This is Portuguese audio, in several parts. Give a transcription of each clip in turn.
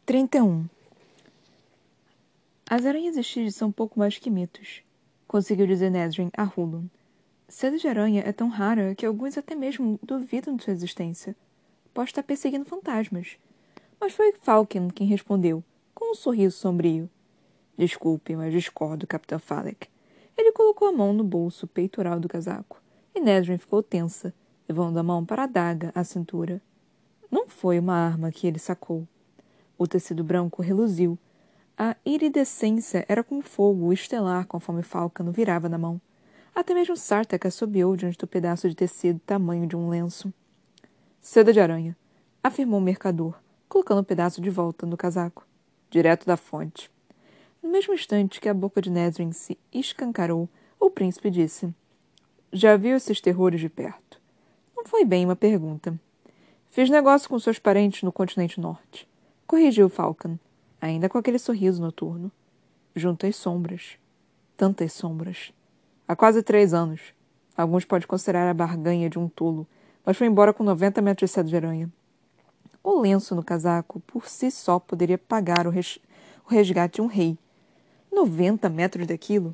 31. As aranhas estige são um pouco mais que mitos, conseguiu dizer Nesrin a Hulun. Seda de aranha é tão rara que alguns até mesmo duvidam de sua existência. Pode estar perseguindo fantasmas. Mas foi Falcon quem respondeu, com um sorriso sombrio. Desculpe, mas discordo, Capitão Falek. Ele colocou a mão no bolso peitoral do casaco, e Nesrin ficou tensa, levando a mão para a adaga à cintura. Não foi uma arma que ele sacou. O tecido branco reluziu. A iridescência era como fogo estelar conforme Falcon o virava na mão. Até mesmo Sartak assobiou diante do pedaço de tecido tamanho de um lenço. Seda de aranha, afirmou o mercador, colocando o pedaço de volta no casaco. Direto da fonte. No mesmo instante que a boca de Nesrin se escancarou, o príncipe disse: Já viu esses terrores de perto? Não foi bem uma pergunta. Fiz negócio com seus parentes no continente norte. Corrigiu Falcon, ainda com aquele sorriso noturno. Junto às sombras. Tantas sombras. Há quase 3 anos. Alguns podem considerar a barganha de um tolo, mas foi embora com 90 metros de seda de aranha. O lenço no casaco, por si só, poderia pagar o resgate de um rei. 90 metros daquilo?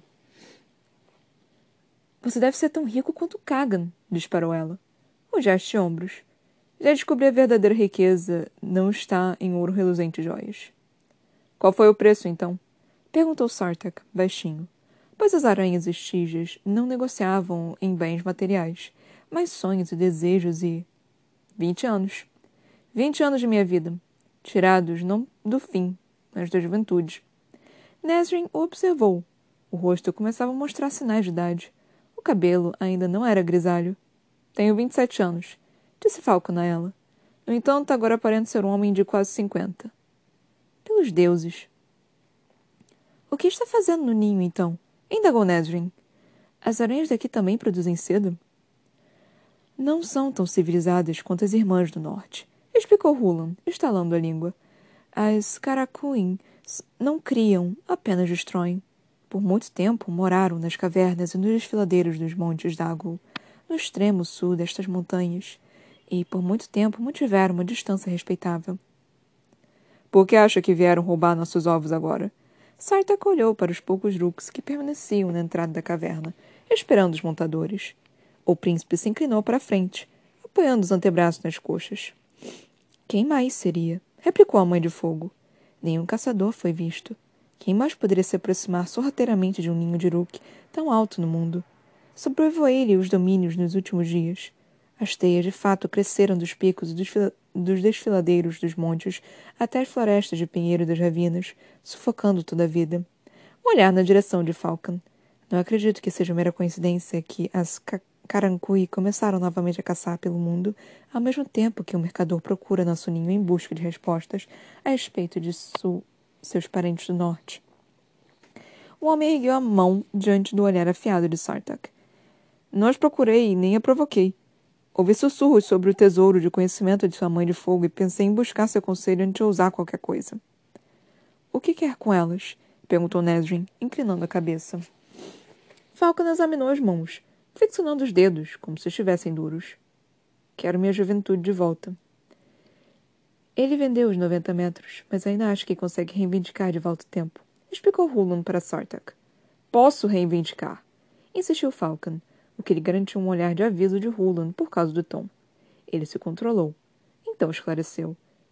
Você deve ser tão rico quanto Kagan, disparou ela. O gesto de ombros. Já descobri a verdadeira riqueza não está em ouro reluzente e joias. Qual foi o preço, então? Perguntou Sartak, baixinho. Pois as aranhas estígias não negociavam em bens materiais, mas sonhos e desejos e... 20 anos. 20 anos de minha vida. Tirados não do fim, mas da juventude. Nesrin o observou. O rosto começava a mostrar sinais de idade. O cabelo ainda não era grisalho. Tenho 27 anos, disse Falcon a ela. No entanto, agora aparento ser um homem de quase 50. Pelos deuses. O que está fazendo no ninho, então? Indagou Nesrin. As aranhas daqui também produzem seda? Não são tão civilizadas quanto as irmãs do norte, explicou Hulun, estalando a língua. As Karakuin não criam, apenas destroem. Por muito tempo moraram nas cavernas e nos desfiladeiros dos montes Dagu, no extremo sul destas montanhas, e por muito tempo mantiveram uma distância respeitável. Por que acha que vieram roubar nossos ovos agora? Sartak olhou para os poucos Rooks que permaneciam na entrada da caverna, esperando os montadores. O príncipe se inclinou para a frente, apoiando os antebraços nas coxas. Quem mais seria? Replicou a Mãe de Fogo. Nenhum caçador foi visto. Quem mais poderia se aproximar sorrateiramente de um ninho de Rook tão alto no mundo? Sobrevoei-lhe os domínios nos últimos dias. As teias de fato cresceram dos picos e dos desfiladeiros dos montes até as florestas de pinheiro das ravinas, sufocando toda a vida. Um olhar na direção de Falcon. Não acredito que seja mera coincidência que as Karankui começaram novamente a caçar pelo mundo, ao mesmo tempo que o mercador procura nosso ninho em busca de respostas a respeito de seus parentes do norte. O homem ergueu a mão diante do olhar afiado de Sartak. Não os procurei e nem a provoquei. Ouvi sussurros sobre o tesouro de conhecimento de sua mãe de fogo e pensei em buscar seu conselho antes de ousar qualquer coisa. O que quer com elas? Perguntou Nesrin, inclinando a cabeça. Falcon examinou as mãos, flexionando os dedos, como se estivessem duros. Quero minha juventude de volta. Ele vendeu os 90 metros, mas ainda acho que consegue reivindicar de volta o tempo, explicou Hulun para Sartak. Posso reivindicar, insistiu Falcon, o que lhe garantiu um olhar de aviso de Hulun por causa do tom. Ele se controlou. Então esclareceu.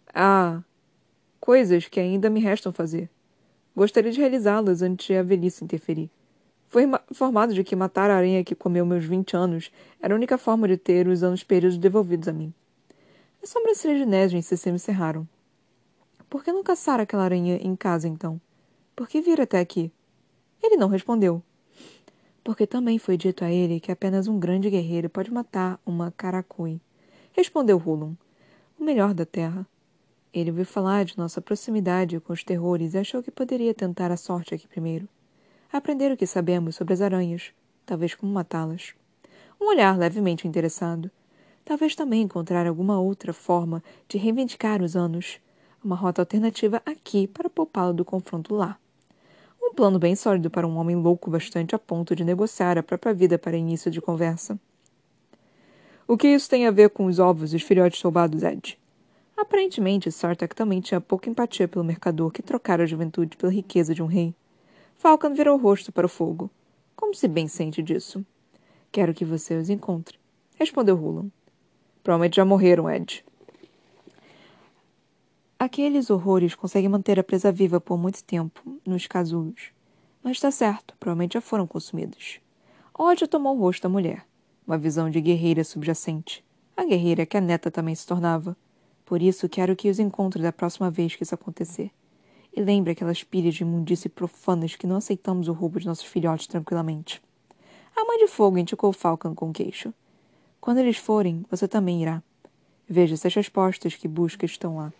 Coisas que ainda me restam fazer. Gostaria de realizá-las antes de a velhice interferir. Fui informado de que matar a aranha que comeu meus 20 anos era a única forma de ter os anos perdidos devolvidos a mim. As sobrancelhas de Nesrin se semicerraram. Por que não caçar aquela aranha em casa, então? Por que vir até aqui? Ele não respondeu. Porque também foi dito a ele que apenas um grande guerreiro pode matar uma Karakui. Respondeu Hulun. O melhor da terra. Ele ouviu falar de nossa proximidade com os terrores e achou que poderia tentar a sorte aqui primeiro. Aprender o que sabemos sobre as aranhas, talvez como matá-las. Um olhar levemente interessado. Talvez também encontrar alguma outra forma de reivindicar os anos. Uma rota alternativa aqui para poupá-lo do confronto lá. Um plano bem sólido para um homem louco bastante a ponto de negociar a própria vida para início de conversa. O que isso tem a ver com os ovos e os filhotes roubados, Ed? Aparentemente, Sartak também tinha pouca empatia pelo mercador que trocara a juventude pela riqueza de um rei. Falcon virou o rosto para o fogo. Como se bem sente disso? Quero que você os encontre, respondeu Hulan. Provavelmente já morreram, Ed. Aqueles horrores conseguem manter a presa viva por muito tempo, nos casulos. Mas está certo, provavelmente já foram consumidos. Ódio tomou o rosto da mulher. Uma visão de guerreira subjacente. A guerreira que a neta também se tornava. Por isso quero que os encontre da próxima vez que isso acontecer. E lembre aquelas pilhas de imundície profanas que não aceitamos o roubo de nossos filhotes tranquilamente. A mãe de fogo indicou Falcon com o queixo. Quando eles forem, você também irá. Veja se as respostas que busca estão lá.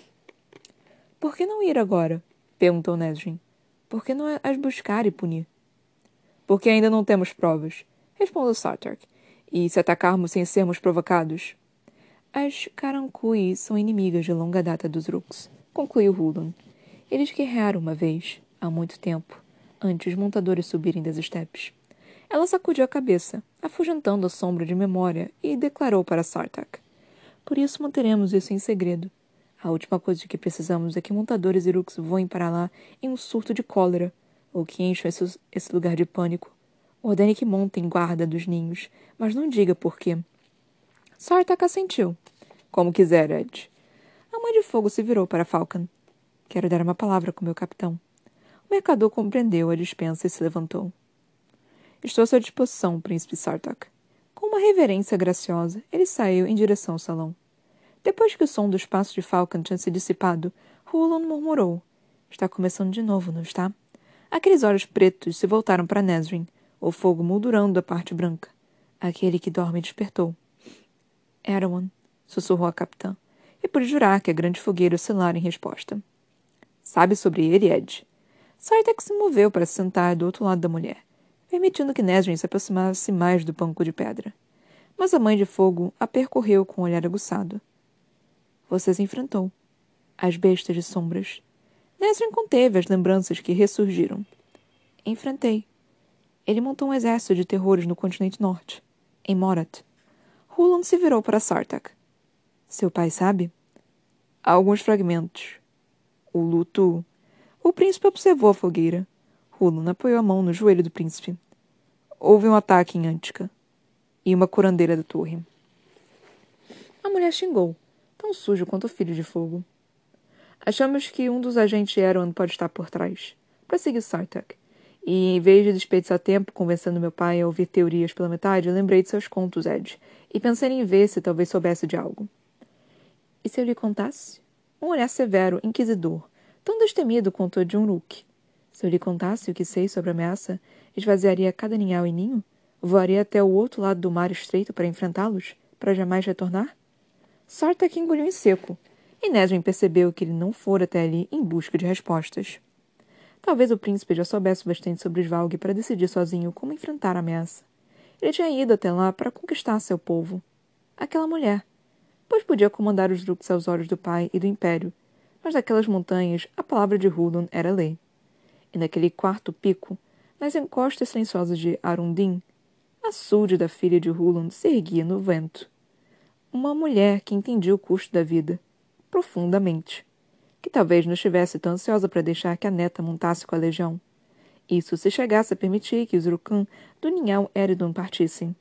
Por que não ir agora? Perguntou Nesrin. Por que não as buscar e punir? Porque ainda não temos provas, respondeu Sartak. E se atacarmos sem sermos provocados? As Karankuy são inimigas de longa data dos Rooks, concluiu Hulan. Eles guerrearam uma vez, há muito tempo, antes os montadores subirem das estepes. Ela sacudiu a cabeça, afugentando a sombra de memória, e declarou para Sartak. Por isso manteremos isso em segredo. A última coisa de que precisamos é que montadores e Rooks voem para lá em um surto de cólera, ou que encham esse lugar de pânico. Ordene que montem guarda dos ninhos, mas não diga por quê. Sartak assentiu. Como quiser, Ed. A mãe de fogo se virou para Falcon. Quero dar uma palavra com meu capitão. O mercador compreendeu a dispensa e se levantou. Estou à sua disposição, príncipe Sartak. Com uma reverência graciosa, ele saiu em direção ao salão. Depois que o som dos passos de Falcon tinha se dissipado, Hulan murmurou. Está começando de novo, não está? Aqueles olhos pretos se voltaram para Nesrin, o fogo moldurando a parte branca. Aquele que dorme despertou. Erwan, sussurrou a capitã, e pude jurar que a grande fogueira oscilara em resposta. Sabe sobre ele, Ed? Sartak se moveu para se sentar do outro lado da mulher, permitindo que Nesrin se aproximasse mais do banco de pedra. Mas a mãe de fogo a percorreu com um olhar aguçado. Você se enfrentou. As bestas de sombras. Nesrin conteve as lembranças que ressurgiram. Enfrentei. Ele montou um exército de terrores no continente norte, em Morat. Hulan se virou para Sartak. Seu pai sabe? Há alguns fragmentos. O luto... O príncipe observou a fogueira. Hulan apoiou a mão no joelho do príncipe. Houve um ataque em Antica. E uma curandeira da torre. A mulher xingou, tão sujo quanto o filho de fogo. Achamos que um dos agentes de Erwan pode estar por trás. Prosseguiu Sartak. E, em vez de desperdiçar tempo convencendo meu pai a ouvir teorias pela metade, lembrei de seus contos, Ed, e pensei em ver se talvez soubesse de algo. E se eu lhe contasse? Um olhar severo, inquisidor, tão destemido quanto o de um Rook. Se eu lhe contasse o que sei sobre a ameaça, esvaziaria cada ninhal e ninho? Voaria até o outro lado do mar estreito para enfrentá-los? Para jamais retornar? Sartak engoliu em seco, e Nesrin percebeu que ele não fora até ali em busca de respostas. Talvez o príncipe já soubesse bastante sobre Svalg para decidir sozinho como enfrentar a ameaça. Ele tinha ido até lá para conquistar seu povo. Aquela mulher. Pois podia comandar os Rooks aos olhos do pai e do Império, mas naquelas montanhas a palavra de Hulan era lei. E naquele quarto pico, nas encostas silenciosas de Arundin, a súde da filha de Hulan se erguia no vento. Uma mulher que entendia o custo da vida, profundamente, que talvez não estivesse tão ansiosa para deixar que a neta montasse com a legião. Isso se chegasse a permitir que os Rukan do ninhal Eridon partissem.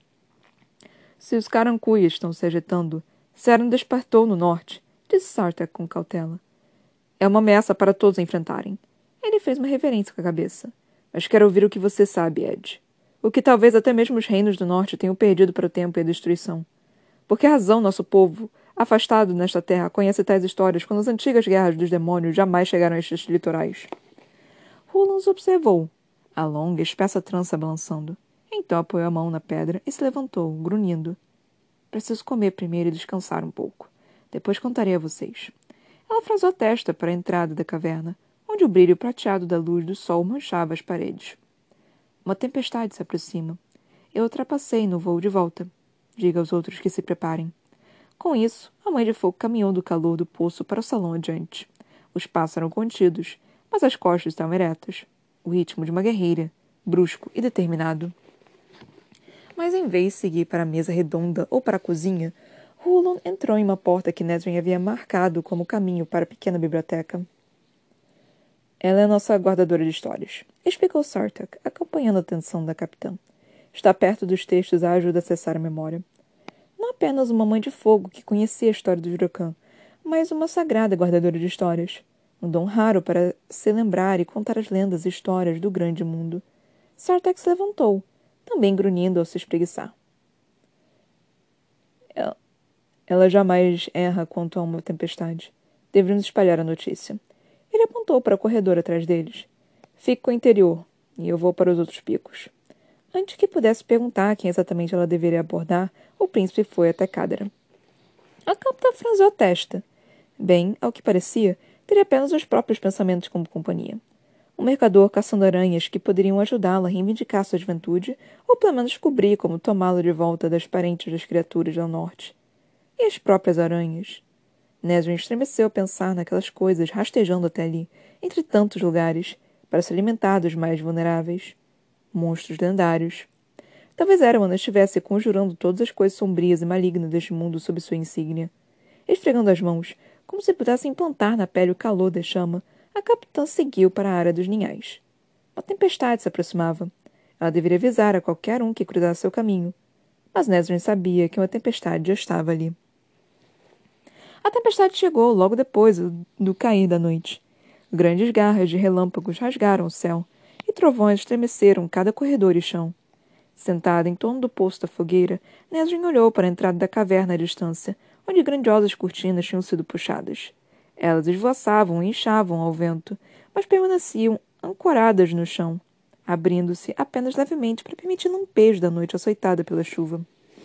Se os Karankuy estão se agitando, Seren despertou no norte, disse Sartak com cautela. É uma ameaça para todos enfrentarem. Ele fez uma reverência com a cabeça. Mas quero ouvir o que você sabe, Ed. O que talvez até mesmo os reinos do norte tenham perdido para o tempo e a destruição. Por que razão nosso povo, afastado nesta terra, conhece tais histórias quando as antigas guerras dos demônios jamais chegaram a estes litorais? Hulan os observou, a longa, espessa trança balançando. Então apoiou a mão na pedra e se levantou, grunhindo. Preciso comer primeiro e descansar um pouco. Depois contarei a vocês. Ela franziu a testa para a entrada da caverna, onde o brilho prateado da luz do sol manchava as paredes. Uma tempestade se aproxima. Eu ultrapassei no voo de volta. Diga aos outros que se preparem. Com isso, a mãe de fogo caminhou do calor do poço para o salão adiante. Os passos eram contidos, mas as costas estavam eretas. O ritmo de uma guerreira, brusco e determinado. Mas em vez de seguir para a mesa redonda ou para a cozinha, Hulon entrou em uma porta que Nesrin havia marcado como caminho para a pequena biblioteca. Ela é nossa guardadora de histórias, explicou Sartak, acompanhando a atenção da capitã. Está perto dos textos a ajuda a acessar a memória. Não apenas uma mãe de fogo que conhecia a história do Juracan, mas uma sagrada guardadora de histórias. Um dom raro para se lembrar e contar as lendas e histórias do grande mundo. Sartak se levantou, também grunhindo ao se espreguiçar. Ela jamais erra quanto a uma tempestade. Deveríamos espalhar a notícia. Ele apontou para o corredor atrás deles. Fique com o interior, e eu vou para os outros picos. Antes que pudesse perguntar quem exatamente ela deveria abordar, o príncipe foi até Cadera. A capitã franziu a testa. Bem, ao que parecia, teria apenas os próprios pensamentos como companhia. Um mercador caçando aranhas que poderiam ajudá-la a reivindicar sua juventude, ou pelo menos descobrir como tomá-la de volta das parentes das criaturas do norte. E as próprias aranhas? Nesrin estremeceu ao pensar naquelas coisas rastejando até ali, entre tantos lugares, para se alimentar dos mais vulneráveis. Monstros lendários. Talvez Erawan estivesse conjurando todas as coisas sombrias e malignas deste mundo sob sua insígnia. Esfregando as mãos, como se pudesse implantar na pele o calor da chama, a capitã seguiu para a área dos ninhais. Uma tempestade se aproximava. Ela deveria avisar a qualquer um que cruzasse seu caminho. Mas Nesrin sabia que uma tempestade já estava ali. A tempestade chegou logo depois do cair da noite. Grandes garras de relâmpagos rasgaram o céu, e trovões estremeceram cada corredor e chão. Sentada em torno do poço da fogueira, Nesrin olhou para a entrada da caverna à distância, onde grandiosas cortinas tinham sido puxadas. Elas esvoaçavam e inchavam ao vento, mas permaneciam ancoradas no chão, abrindo-se apenas levemente para permitir lampejo da noite açoitada pela chuva.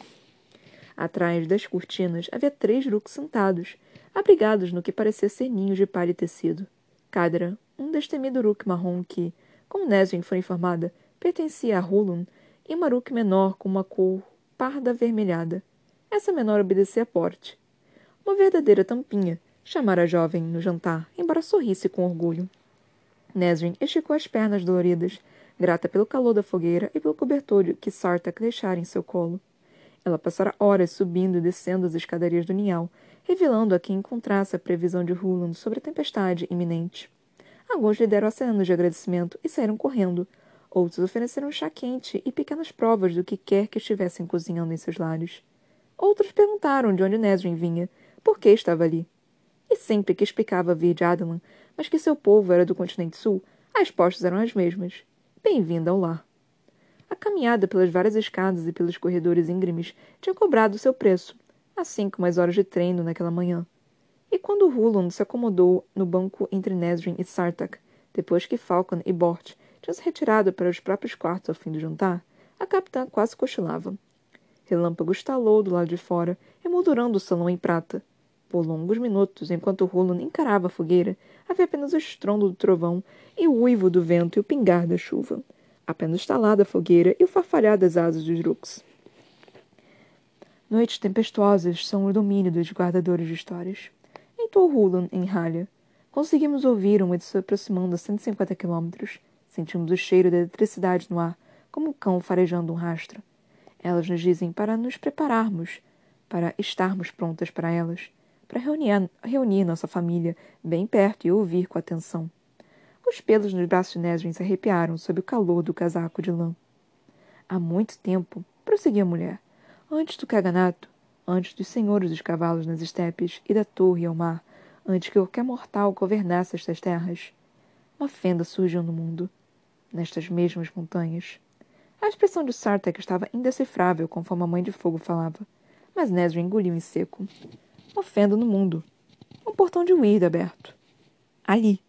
Atrás das cortinas havia 3 Rooks sentados, abrigados no que parecia ser ninhos de palha e tecido. Cadra, um destemido Rook marrom que, como Nesrin foi informada, pertencia a Hulun, e uma Rook menor com uma cor parda avermelhada. Essa menor obedecia a porte. Uma verdadeira tampinha, chamara a jovem no jantar, embora sorrisse com orgulho. Nesrin esticou as pernas doloridas, grata pelo calor da fogueira e pelo cobertor que Sartak deixara em seu colo. Ela passara horas subindo e descendo as escadarias do ninhal, revelando a quem encontrasse a previsão de Hulun sobre a tempestade iminente. Alguns lhe deram acenos de agradecimento e saíram correndo. Outros ofereceram chá quente e pequenas provas do que quer que estivessem cozinhando em seus lares. Outros perguntaram de onde Nesrin vinha, por que estava ali. E sempre que explicava vir de Adelan, mas que seu povo era do continente sul, as respostas eram as mesmas. Bem-vinda ao lar. A caminhada pelas várias escadas e pelos corredores íngremes tinha cobrado seu preço, assim como as horas de treino naquela manhã. E quando Hulun se acomodou no banco entre Nesrin e Sartak, depois que Falcon e Bort tinham se retirado para os próprios quartos ao fim do jantar, a capitã quase cochilava. Relâmpago estalou do lado de fora, emoldurando o salão em prata. Por longos minutos, enquanto Hulun encarava a fogueira, havia apenas o estrondo do trovão e o uivo do vento e o pingar da chuva. Apenas o estalar da fogueira e o farfalhar das asas dos Rooks. Noites tempestuosas são o domínio dos guardadores de histórias. Entoou Hulun em ralha. Conseguimos ouvir uma de se aproximando a 150 quilômetros. Sentimos o cheiro da eletricidade no ar, como um cão farejando um rastro. Elas nos dizem para nos prepararmos, para estarmos prontas para elas, para reunir nossa família bem perto e ouvir com atenção. Os pelos nos braços de Nesrin se arrepiaram sob o calor do casaco de lã. Há muito tempo, prosseguia a mulher, antes do Caganato, antes dos senhores dos cavalos nas estepes e da torre ao mar, antes que qualquer mortal governasse estas terras, uma fenda surgiu no mundo, nestas mesmas montanhas. A expressão de Sartak estava indecifrável conforme a Mãe de Fogo falava, mas Nesrin engoliu em seco. Uma fenda no mundo. Um portão de Weird aberto. Ali.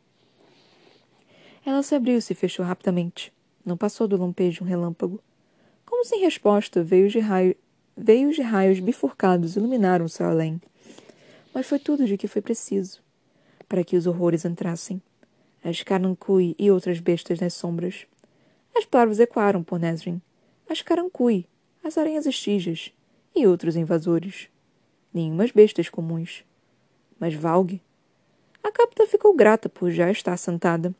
Ela se abriu-se e fechou rapidamente. Não passou do lampejo de um relâmpago. Como se em resposta, veios de raios bifurcados iluminaram o céu além. Mas foi tudo de que foi preciso para que os horrores entrassem. As Carancui e outras bestas nas sombras. As palavras ecoaram por Nesrin. As Carancui, as aranhas estijas e outros invasores. Nenhumas bestas comuns. Mas Valg? A capitã ficou grata por já estar sentada.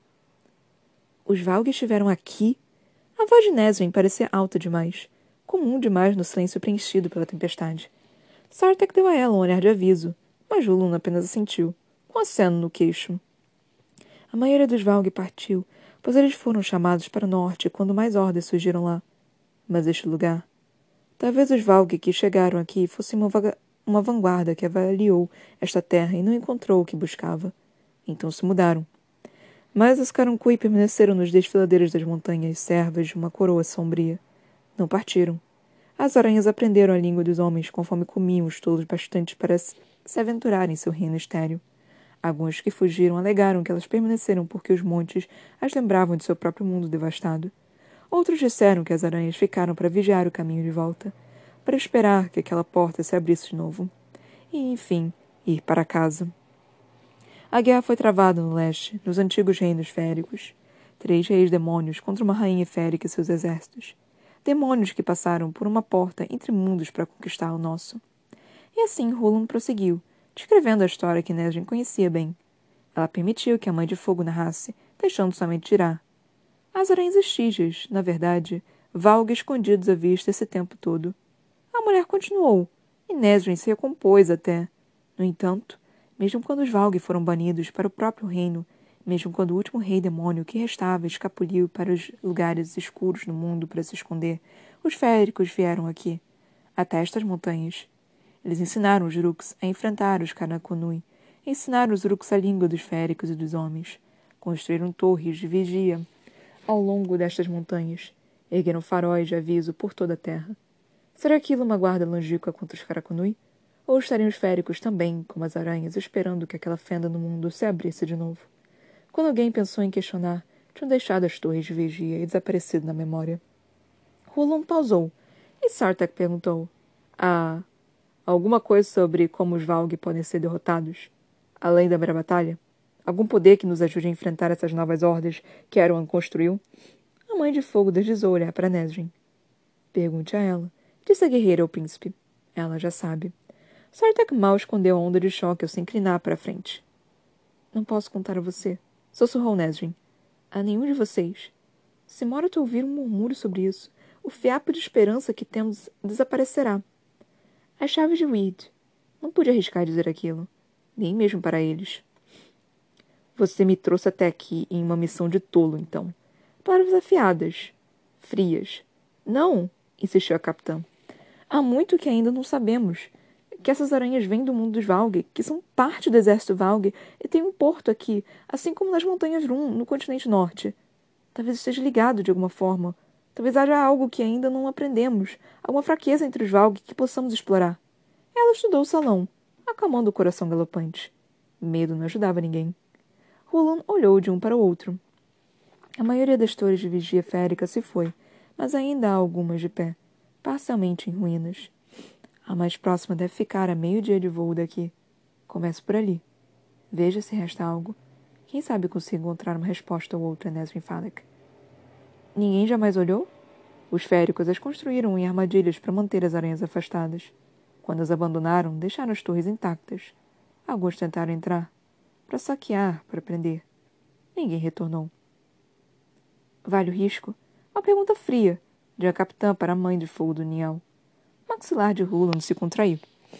Os Valg estiveram aqui? A voz de Nesrin parecia alta demais, comum demais no silêncio preenchido pela tempestade. Sartek deu a ela um olhar de aviso, mas Hulun apenas assentiu, com um aceno no queixo. A maioria dos Valg partiu, pois eles foram chamados para o norte quando mais hordas surgiram lá. Mas este lugar... Talvez os Valg que chegaram aqui fossem uma vanguarda que avaliou esta terra e não encontrou o que buscava. Então se mudaram. Mas os Karunkui permaneceram nos desfiladeiros das montanhas, servas de uma coroa sombria. Não partiram. As aranhas aprenderam a língua dos homens conforme comiam os tolos bastantes para se aventurar em seu reino estéril. Alguns que fugiram alegaram que elas permaneceram porque os montes as lembravam de seu próprio mundo devastado. Outros disseram que as aranhas ficaram para vigiar o caminho de volta, para esperar que aquela porta se abrisse de novo. E, enfim, ir para casa. A guerra foi travada no leste, nos antigos reinos féricos. 3 reis demônios contra uma rainha férica e seus exércitos. Demônios que passaram por uma porta entre mundos para conquistar o nosso. E assim Hulun prosseguiu, descrevendo a história que Nesrin conhecia bem. Ela permitiu que a Mãe de Fogo narrasse, deixando somente tirar. As aranhas estígias, na verdade, Valg escondidos à vista esse tempo todo. A mulher continuou, e Nesrin se recompôs até. No entanto, mesmo quando os Valg foram banidos para o próprio reino, mesmo quando o último rei demônio que restava escapuliu para os lugares escuros do mundo para se esconder, os féricos vieram aqui, até estas montanhas. Eles ensinaram os Uruks a enfrentar os Karakonui, ensinaram os Uruks a língua dos féricos e dos homens, construíram torres de vigia ao longo destas montanhas, ergueram faróis de aviso por toda a terra. Será aquilo uma guarda longínqua contra os Karakonui? Ou estariam os féricos também, como as aranhas, esperando que aquela fenda no mundo se abrisse de novo? Quando alguém pensou em questionar, tinham deixado as torres de vigia e desaparecido na memória. Hulun pausou, e Sartak perguntou: Ah, alguma coisa sobre como os Valg podem ser derrotados? Além da mera batalha? Algum poder que nos ajude a enfrentar essas novas hordas que Erwan construiu? A Mãe de Fogo deslizou olhar para Nesrin. Pergunte a ela, disse a guerreira ao príncipe. Ela já sabe. Sartak mal escondeu a onda de choque ao se inclinar para a frente. Não posso contar a você, sussurrou Nesrin. A nenhum de vocês. Se Morat ouvir um murmúrio sobre isso, o fiapo de esperança que temos desaparecerá. As chaves de Weed. Não pude arriscar dizer aquilo. Nem mesmo para eles. Você me trouxe até aqui em uma missão de tolo, então. Palavras afiadas. Frias. Não, insistiu a capitã. Há muito que ainda não sabemos. Que essas aranhas vêm do mundo dos Valg, que são parte do exército Valg e têm um porto aqui, assim como nas montanhas Rum, no continente norte. Talvez esteja ligado de alguma forma. Talvez haja algo que ainda não aprendemos, alguma fraqueza entre os Valg que possamos explorar. Ela estudou o salão, acalmando o coração galopante. Medo não ajudava ninguém. Hulun olhou de um para o outro. A maioria das torres de vigia férica se foi, mas ainda há algumas de pé, parcialmente em ruínas. A mais próxima deve ficar a meio-dia de voo daqui. Comece por ali. Veja se resta algo. Quem sabe consigo encontrar uma resposta ou outra a Nesrin Falek. Ninguém jamais olhou? Os féricos as construíram em armadilhas para manter as aranhas afastadas. Quando as abandonaram, deixaram as torres intactas. Alguns tentaram entrar, para saquear, para prender. Ninguém retornou. Vale o risco? Uma pergunta fria, de a capitã para a Mãe de Fogo do Nial. O maxilar de Hulun se contraiu.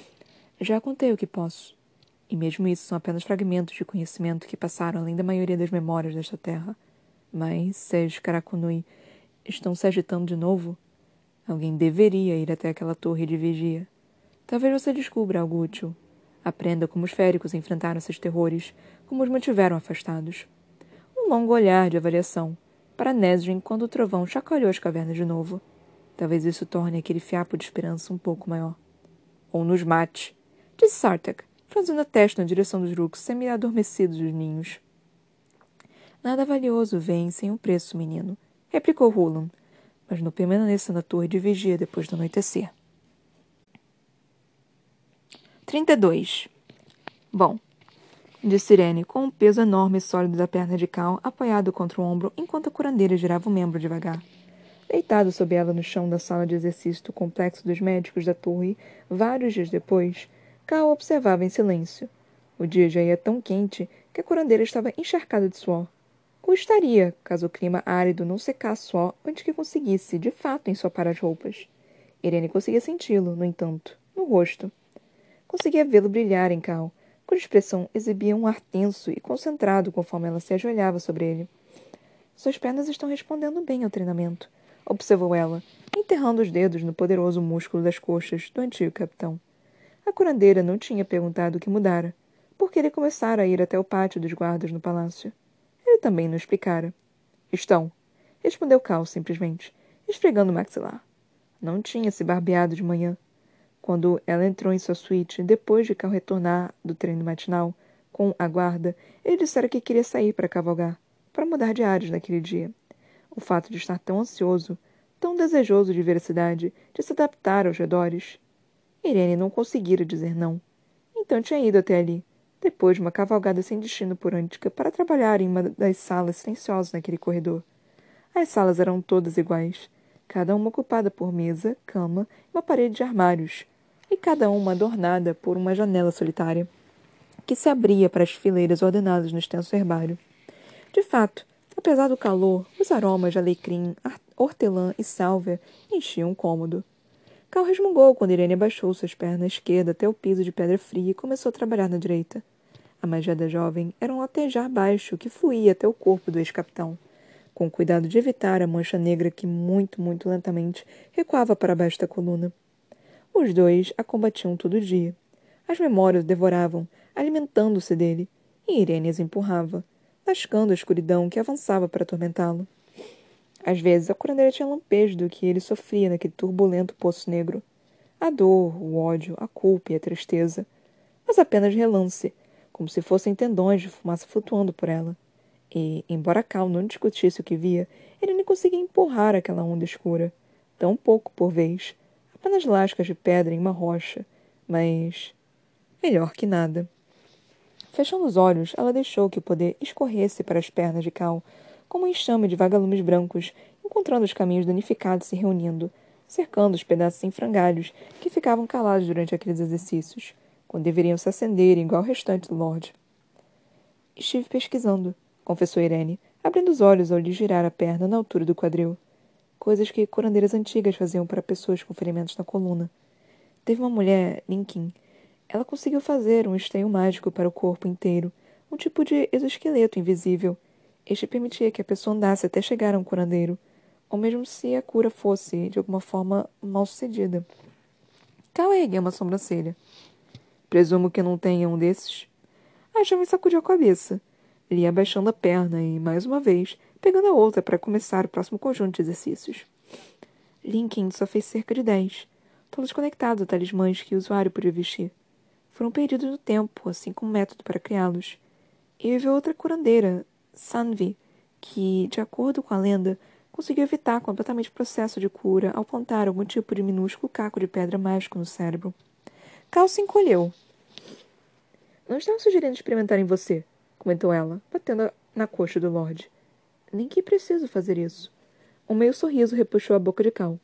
Já contei o que posso. E mesmo isso são apenas fragmentos de conhecimento que passaram além da maioria das memórias desta terra. Mas, se os Karakonui estão se agitando de novo, alguém deveria ir até aquela torre de vigia. Talvez você descubra algo útil. Aprenda como os féricos enfrentaram esses terrores, como os mantiveram afastados. Um longo olhar de avaliação para Nesrin quando o trovão chacoalhou as cavernas de novo. Talvez isso torne aquele fiapo de esperança um pouco maior. Ou nos mate, disse Sartak, franzindo a testa na direção dos Rooks semi-adormecidos dos ninhos. Nada valioso vem sem um preço, menino, replicou Hulun, mas não permaneça na torre de vigia depois do anoitecer. 32. Bom, disse Irene, com um peso enorme e sólido da perna de Cal apoiado contra o ombro enquanto a curandeira girava o membro devagar. Deitado sob ela no chão da sala de exercício do complexo dos médicos da torre, vários dias depois, Cal observava em silêncio. O dia já ia tão quente que a curandeira estava encharcada de suor. Ou estaria, caso o clima árido não secasse suor antes que conseguisse, de fato, ensopar as roupas. Irene conseguia senti-lo, no entanto, no rosto. conseguia vê-lo brilhar em Cal, cuja expressão exibia um ar tenso e concentrado conforme ela se ajoelhava sobre ele. Suas pernas estão respondendo bem ao treinamento, observou ela, enterrando os dedos no poderoso músculo das coxas do antigo capitão. A curandeira não tinha perguntado o que mudara, porque ele começara a ir até o pátio dos guardas no palácio. Ele também não explicara. Estão, respondeu Cal simplesmente, esfregando o maxilar. Não tinha se barbeado de manhã. Quando ela entrou em sua suíte, depois de Cal retornar do treino matinal, com a guarda, ele dissera que queria sair para cavalgar, para mudar de ares naquele dia. O fato de estar tão ansioso, tão desejoso de ver a cidade, de se adaptar aos redores. Irene não conseguira dizer não. Então tinha ido até ali, depois de uma cavalgada sem destino por Antica, para trabalhar em uma das salas silenciosas naquele corredor. As salas eram todas iguais, cada uma ocupada por mesa, cama e uma parede de armários, e cada uma adornada por uma janela solitária, que se abria para as fileiras ordenadas no extenso herbário. De fato, apesar do calor, os aromas de alecrim, hortelã e sálvia enchiam o cômodo. Cal resmungou quando Irene abaixou suas pernas à esquerda até o piso de pedra fria e começou a trabalhar na direita. A magia da jovem era um latejar baixo que fluía até o corpo do ex-capitão, com o cuidado de evitar a mancha negra que muito, muito lentamente recuava para baixo da coluna. Os dois a combatiam todo dia. As memórias o devoravam, alimentando-se dele, e Irene as empurrava, lascando a escuridão que avançava para atormentá-lo. Às vezes, a curandeira tinha lampejos do que ele sofria naquele turbulento poço negro. A dor, o ódio, a culpa e a tristeza. Mas apenas relance, como se fossem tendões de fumaça flutuando por ela. E, embora Cal não discutisse o que via, ele nem conseguia empurrar aquela onda escura. Tão pouco por vez. Apenas lascas de pedra em uma rocha. Mas melhor que nada. Fechando os olhos, ela deixou que o poder escorresse para as pernas de Cal, como um enxame de vagalumes brancos, encontrando os caminhos danificados se reunindo, cercando os pedaços em frangalhos que ficavam calados durante aqueles exercícios, quando deveriam se acender igual ao restante do Lorde. Estive pesquisando, confessou Irene, abrindo os olhos ao lhe girar a perna na altura do quadril. Coisas que curandeiras antigas faziam para pessoas com ferimentos na coluna. Teve uma mulher, Linkin. Ela conseguiu fazer um esteio mágico para o corpo inteiro, um tipo de exoesqueleto invisível. Este permitia que a pessoa andasse até chegar a um curandeiro, ou mesmo se a cura fosse, de alguma forma, mal-sucedida. Cal ergueu uma sobrancelha. Presumo que não tenha um desses. A jovem sacudiu a cabeça. Ele ia abaixando a perna e, mais uma vez, pegando a outra para começar o próximo conjunto de exercícios. Linkin só fez cerca de 10, todos conectados a talismãs que o usuário podia vestir. Foram perdidos no tempo, assim como o método para criá-los. E houve outra curandeira, Sanvi, que, de acordo com a lenda, conseguiu evitar completamente o processo de cura ao plantar algum tipo de minúsculo caco de pedra mágico no cérebro. Cal se encolheu. Não estava sugerindo experimentar em você, comentou ela, batendo na coxa do Lorde. Nem que preciso fazer isso. Um meio sorriso repuxou a boca de Cal.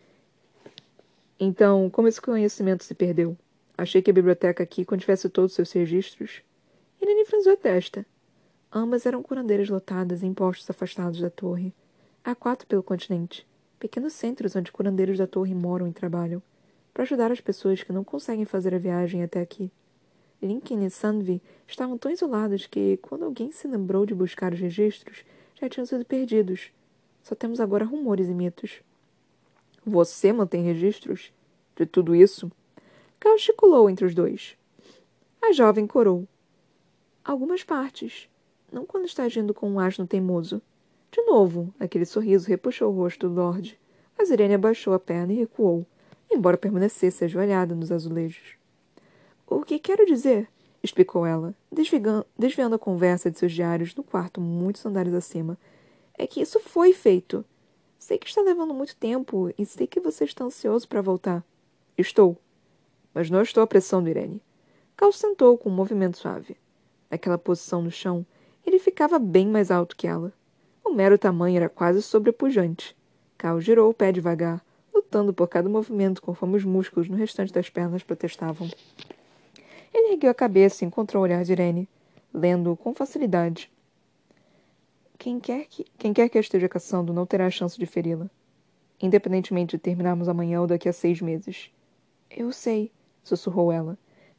Então, como esse conhecimento se perdeu? Achei que a biblioteca aqui contivesse todos os seus registros. Irene franziu a testa. Ambas eram curandeiras lotadas em postos afastados da torre. Há 4 pelo continente. Pequenos centros onde curandeiros da torre moram e trabalham, para ajudar as pessoas que não conseguem fazer a viagem até aqui. Lincoln e Sanvi estavam tão isolados que, quando alguém se lembrou de buscar os registros, já tinham sido perdidos. Só temos agora rumores e mitos. Você mantém registros de tudo isso? Cal gesticulou entre os dois. A jovem corou. Algumas partes. Não quando está agindo com um asno teimoso. De novo, aquele sorriso repuxou o rosto do Lorde. Mas Irene abaixou a perna e recuou, embora permanecesse ajoelhada nos azulejos. O que quero dizer, explicou ela, desviando a conversa de seus diários no quarto muitos andares acima, é que isso foi feito. Sei que está levando muito tempo e sei que você está ansioso para voltar. Estou. Mas não estou apressando Irene. Cal sentou com um movimento suave. Naquela posição no chão, ele ficava bem mais alto que ela. O mero tamanho era quase sobrepujante. Cal girou o pé devagar, lutando por cada movimento conforme os músculos no restante das pernas protestavam. Ele ergueu a cabeça e encontrou o olhar de Irene, lendo-o com facilidade. Quem quer que a esteja caçando não terá a chance de feri-la, independentemente de terminarmos amanhã ou daqui a 6 meses. Eu sei, sussurrou ela.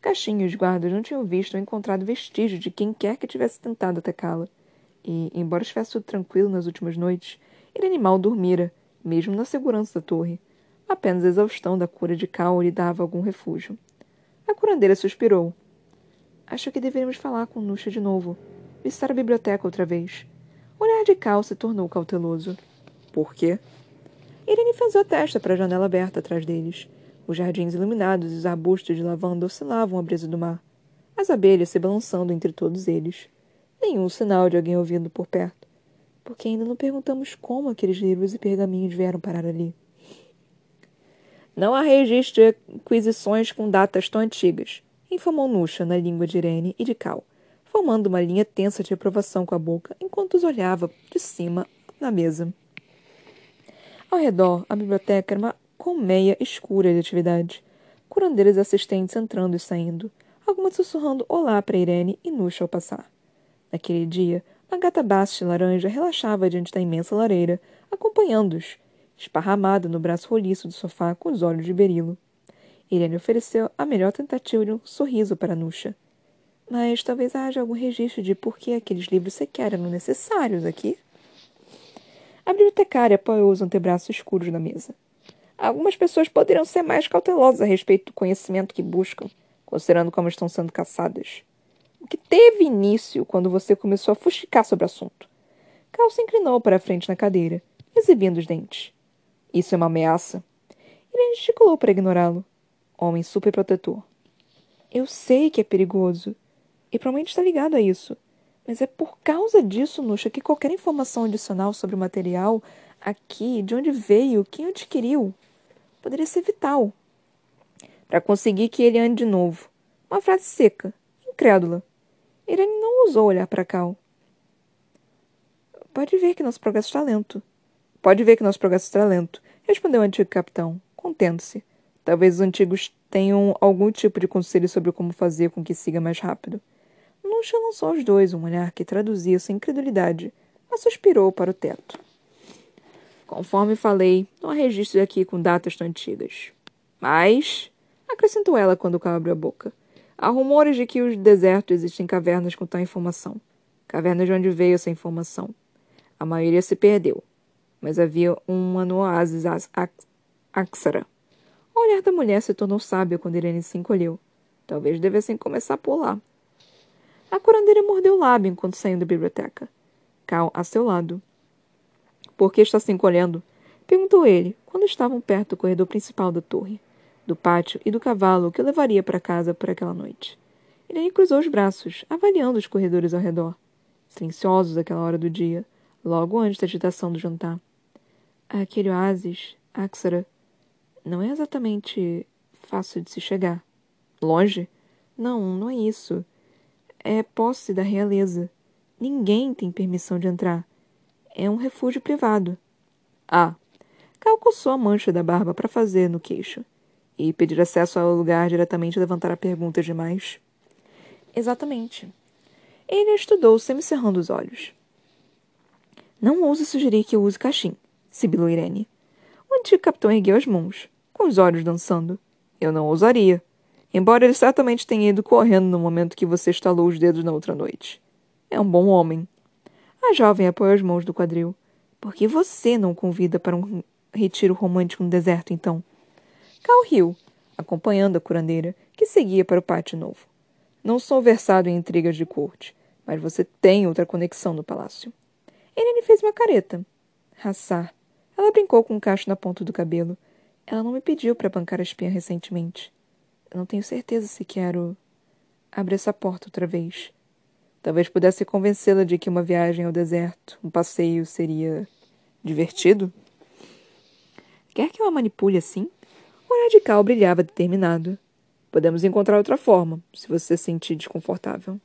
Caixinha e os guardas não tinham visto ou encontrado vestígio de quem quer que tivesse tentado atacá-la. E, embora estivesse tudo tranquilo nas últimas noites, Irene mal dormira, mesmo na segurança da torre. Apenas a exaustão da cura de Cal lhe dava algum refúgio. A curandeira suspirou. Acho que deveríamos falar com Nusha de novo. Visitar a biblioteca outra vez. O olhar de Cal se tornou cauteloso. Por quê? Irene fez a testa para a janela aberta atrás deles. Os jardins iluminados e os arbustos de lavanda oscilavam à brisa do mar. As abelhas se balançando entre todos eles. Nenhum sinal de alguém ouvindo por perto. Porque ainda não perguntamos como aqueles livros e pergaminhos vieram parar ali. Não há registro de aquisições com datas tão antigas, informou Nusha na língua de Irene e de Cal, formando uma linha tensa de aprovação com a boca enquanto os olhava de cima na mesa. Ao redor, a biblioteca era uma colmeia escura de atividade. Curandeiras e assistentes entrando e saindo, algumas sussurrando olá para Irene e Nusha ao passar. Naquele dia, uma gata basta laranja relaxava diante da imensa lareira, acompanhando-os, esparramada no braço roliço do sofá com os olhos de berilo. Irene ofereceu a melhor tentativa de um sorriso para Nusha. Mas talvez haja algum registro de por que aqueles livros sequer eram necessários aqui? A bibliotecária apoiou os antebraços escuros na mesa. Algumas pessoas poderiam ser mais cautelosas a respeito do conhecimento que buscam, considerando como estão sendo caçadas. O que teve início quando você começou a fuxicar sobre o assunto. Cal se inclinou para a frente na cadeira, exibindo os dentes. Isso é uma ameaça? Ele gesticulou para ignorá-lo. Homem superprotetor. Eu sei que é perigoso. E provavelmente está ligado a isso. Mas é por causa disso, Nusha, que qualquer informação adicional sobre o material aqui, de onde veio, quem adquiriu, poderia ser vital. Para conseguir que ele ande de novo. Uma frase seca, incrédula. Irene não ousou olhar para Cal. Pode ver que nosso progresso está lento. Pode ver que nosso progresso está lento, respondeu o antigo capitão, contendo-se. Talvez os antigos tenham algum tipo de conselho sobre como fazer com que siga mais rápido. Nusha lançou aos dois um olhar que traduzia sua incredulidade, mas suspirou para o teto. Conforme falei, não há registro aqui com datas tão antigas. Mas, acrescentou ela quando Cal abriu a boca, há rumores de que os desertos existem cavernas com tal informação. Cavernas de onde veio essa informação. A maioria se perdeu, mas havia uma no oásis Axara. O olhar da mulher se tornou sábio quando Irene se encolheu. Talvez devessem começar por lá. A curandeira mordeu o lábio enquanto saiu da biblioteca. Cal a seu lado. Por que está se encolhendo? Perguntou ele, quando estavam perto do corredor principal da torre, do pátio e do cavalo que o levaria para casa por aquela noite. Irene cruzou os braços, avaliando os corredores ao redor, silenciosos àquela hora do dia, logo antes da agitação do jantar. Aquele oásis, Axara, não é exatamente fácil de se chegar. Longe? Não, não é isso. É posse da realeza. Ninguém tem permissão de entrar. É um refúgio privado. Ah, Cal coçou a mancha da barba para fazer no queixo. E pedir acesso ao lugar diretamente levantará perguntas demais. Exatamente. Ele a estudou semicerrando os olhos. Não ouse sugerir que eu use cachim, sibilou Irene. O antigo capitão ergueu as mãos, com os olhos dançando. Eu não ousaria. Embora ele certamente tenha ido correndo no momento que você estalou os dedos na outra noite. É um bom homem. A jovem apoiou as mãos do quadril. Por que você não o convida para um retiro romântico no deserto, então? Cal riu, acompanhando a curandeira, que seguia para o pátio novo. Não sou versado em intrigas de corte, mas você tem outra conexão no palácio. Irene fez uma careta. Hassar. Ela brincou com um cacho na ponta do cabelo. Ela não me pediu para bancar a espinha recentemente. Eu não tenho certeza se quero abrir essa porta outra vez. Talvez pudesse convencê-la de que uma viagem ao deserto, um passeio, seria divertido. Quer que eu a manipule assim? O olhar de Cal brilhava determinado. Podemos encontrar outra forma, se você se sentir desconfortável.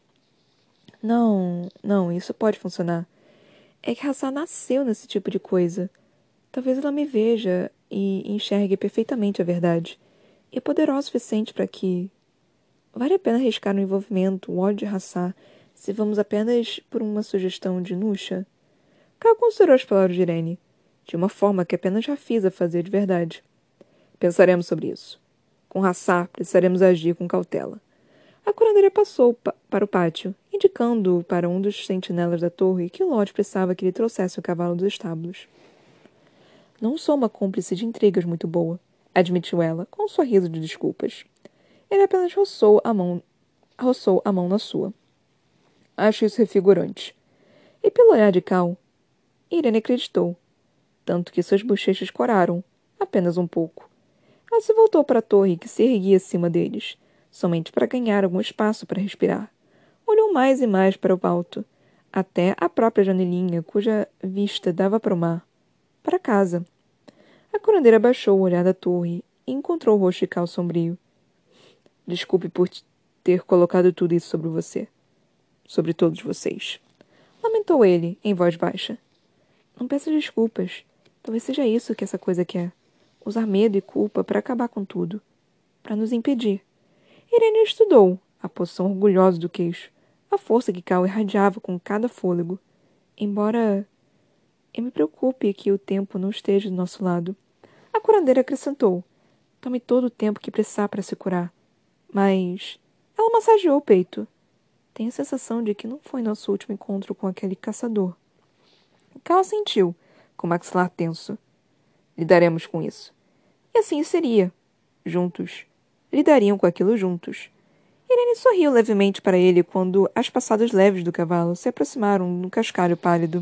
Não, isso pode funcionar. É que Hassan nasceu nesse tipo de coisa. Talvez ela me veja e enxergue perfeitamente a verdade. E é poderosa o suficiente para que... Vale a pena arriscar no envolvimento, o ódio de Hassan, se vamos apenas por uma sugestão de Nusha? Cal considerou as palavras de Irene, de uma forma que apenas Rafisa fazia de verdade. Pensaremos sobre isso. Com Hassan, precisaremos agir com cautela. A curandeira passou para o pátio, indicando para um dos sentinelas da torre que o Lorde precisava que lhe trouxesse o cavalo dos estábulos. Não sou uma cúmplice de intrigas muito boa, admitiu ela, com um sorriso de desculpas. Ele apenas roçou a mão na sua. Acho isso refigurante. E pelo olhar de Cal, Irene acreditou, tanto que suas bochechas coraram, apenas um pouco. Ela se voltou para a torre que se erguia acima deles, somente para ganhar algum espaço para respirar. Olhou mais e mais para o alto, até a própria janelinha cuja vista dava para o mar. Para casa. A curandeira baixou o olhar da torre e encontrou o rosto de Cal sombrio. Desculpe por ter colocado tudo isso sobre você. Sobre todos vocês. Lamentou ele, em voz baixa. Não peça desculpas. Talvez seja isso que essa coisa quer. Usar medo e culpa para acabar com tudo. Para nos impedir. Irene estudou, a posição orgulhosa do queixo, a força que Cal irradiava com cada fôlego. Embora eu me preocupe que o tempo não esteja do nosso lado. A curandeira acrescentou. Tome todo o tempo que precisar para se curar. Mas ela massageou o peito. Tenho a sensação de que não foi nosso último encontro com aquele caçador. Cal assentiu, com o maxilar tenso. Lidaremos com isso. E assim seria. Juntos. Lidariam com aquilo juntos. Irene sorriu levemente para ele quando as passadas leves do cavalo se aproximaram no cascalho pálido.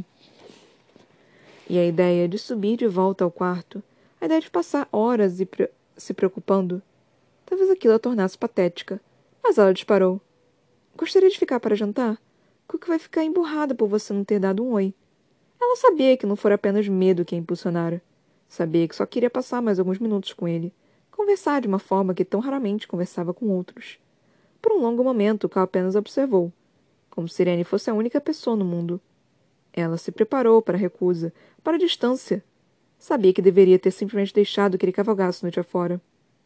E a ideia de subir de volta ao quarto, a ideia de passar horas se preocupando, talvez aquilo a tornasse patética. Mas ela disparou. Gostaria de ficar para jantar? Cook vai ficar emburrada por você não ter dado um oi. Ela sabia que não fora apenas medo que a impulsionara. Sabia que só queria passar mais alguns minutos com ele. Conversar de uma forma que tão raramente conversava com outros. Por um longo momento, Cal apenas observou, como se Irene fosse a única pessoa no mundo. Ela se preparou para a recusa, para a distância. Sabia que deveria ter simplesmente deixado que ele cavalgasse noite afora.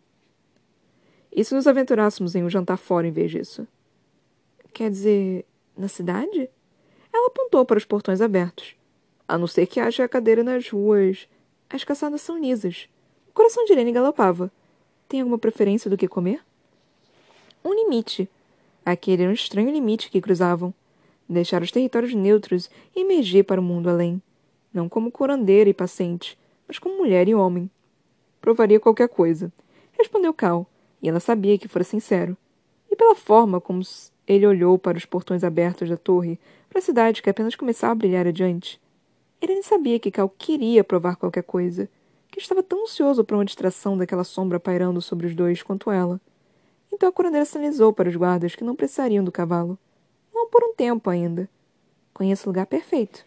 E se nos aventurássemos em um jantar fora em vez disso? Quer dizer, na cidade? Ela apontou para os portões abertos. A não ser que haja cadeira nas ruas. As calçadas são lisas. O coração de Irene galopava. Tem alguma preferência do que comer? Um limite. Aquele era um estranho limite que cruzavam. Deixar os territórios neutros e emergir para o mundo além. Não como curandeira e paciente, mas como mulher e homem. Provaria qualquer coisa. Respondeu Cal, e ela sabia que fora sincero. E pela forma como ele olhou para os portões abertos da torre, para a cidade que apenas começava a brilhar adiante. Irene sabia que Cal queria provar qualquer coisa, que estava tão ansioso por uma distração daquela sombra pairando sobre os dois quanto ela. Então a curandeira sinalizou para os guardas que não precisariam do cavalo. Não por um tempo ainda. Conheço o lugar perfeito.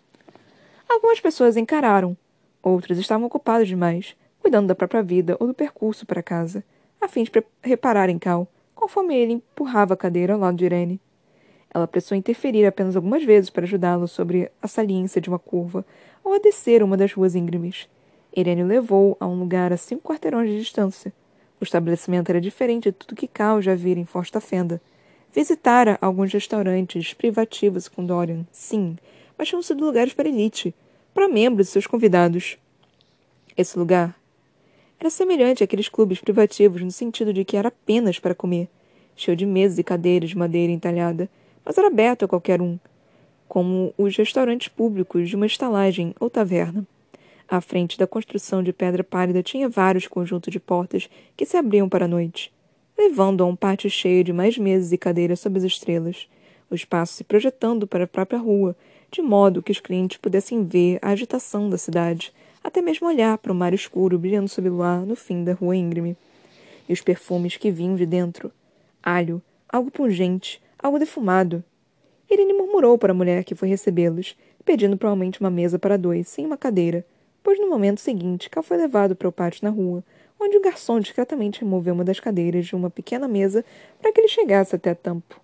Algumas pessoas encararam. Outras estavam ocupadas demais, cuidando da própria vida ou do percurso para casa, a fim de reparar em Cal, conforme ele empurrava a cadeira ao lado de Irene. Ela precisou interferir apenas algumas vezes para ajudá-lo sobre a saliência de uma curva ou a descer uma das ruas íngremes. Irene o levou a um lugar a 5 quarteirões de distância. O estabelecimento era diferente de tudo que Cal já vira em Forsta Fenda. Visitara alguns restaurantes privativos com Dorian, sim, mas tinham sido lugares para elite, para membros e seus convidados. Esse lugar era semelhante àqueles clubes privativos no sentido de que era apenas para comer, cheio de mesas e cadeiras de madeira entalhada, mas era aberto a qualquer um, como os restaurantes públicos de uma estalagem ou taverna. À frente da construção de pedra pálida tinha vários conjuntos de portas que se abriam para a noite, levando a um pátio cheio de mais mesas e cadeiras sob as estrelas, o espaço se projetando para a própria rua, de modo que os clientes pudessem ver a agitação da cidade, até mesmo olhar para o mar escuro brilhando sob o luar no fim da rua íngreme. E os perfumes que vinham de dentro. Alho, algo pungente, algo defumado. Irene murmurou para a mulher que foi recebê-los, pedindo provavelmente uma mesa para dois, sem uma cadeira, pois no momento seguinte Cal foi levado para o pátio na rua, onde o garçom discretamente removeu uma das cadeiras de uma pequena mesa para que ele chegasse até a tampo.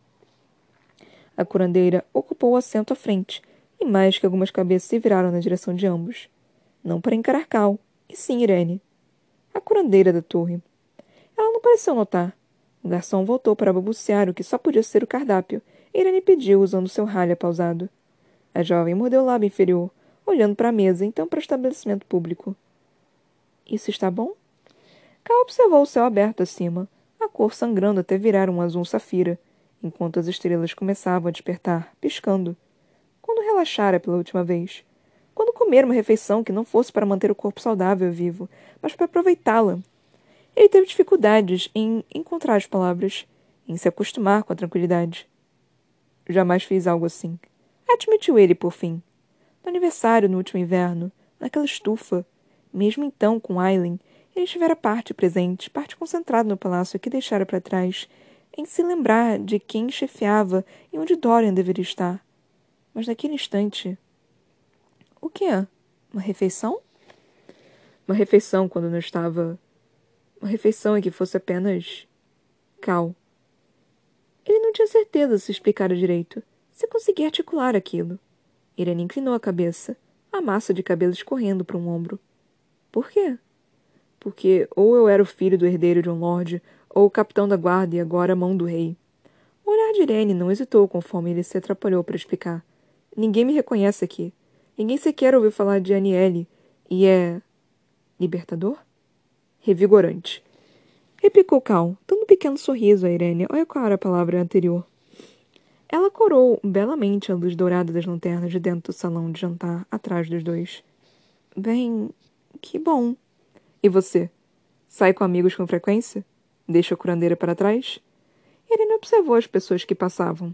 A curandeira ocupou o assento à frente, e mais que algumas cabeças se viraram na direção de ambos. Não para encarar Cal, e sim Irene. A curandeira da torre. Ela não pareceu notar. O garçom voltou para balbuciar o que só podia ser o cardápio, e Irene pediu usando seu ralha pausado. A jovem mordeu o lábio inferior, olhando para a mesa, então para o estabelecimento público. Isso está bom? Cal observou o céu aberto acima, a cor sangrando até virar um azul safira, enquanto as estrelas começavam a despertar, piscando. Quando relaxara pela última vez? Quando comer uma refeição que não fosse para manter o corpo saudável e vivo, mas para aproveitá-la? Ele teve dificuldades em encontrar as palavras, em se acostumar com a tranquilidade. Jamais fiz algo assim. Admitiu ele, por fim. No aniversário, no último inverno, naquela estufa, mesmo então com Aileen, ele estivera parte presente, parte concentrado no palácio que deixara para trás, em se lembrar de quem chefiava e onde Dorian deveria estar. Mas naquele instante... O que é? Uma refeição? Uma refeição quando não estava... Uma refeição em que fosse apenas... Cal. Ele não tinha certeza se explicara direito, se conseguia articular aquilo. Irene inclinou a cabeça, a massa de cabelo escorrendo para um ombro. Por quê? Porque ou eu era o filho do herdeiro de um lorde, ou o capitão da guarda e agora a mão do rei. O olhar de Irene não hesitou conforme ele se atrapalhou para explicar. Ninguém me reconhece aqui. Ninguém sequer ouviu falar de Aniele. E é... libertador? Revigorante. Replicou Cal, dando um pequeno sorriso a Irene ao ecoar a palavra anterior. Ela corou belamente a luz dourada das lanternas de dentro do salão de jantar, atrás dos dois. Bem, que bom. E você? Sai com amigos com frequência? Deixa a curandeira para trás? Irene observou as pessoas que passavam.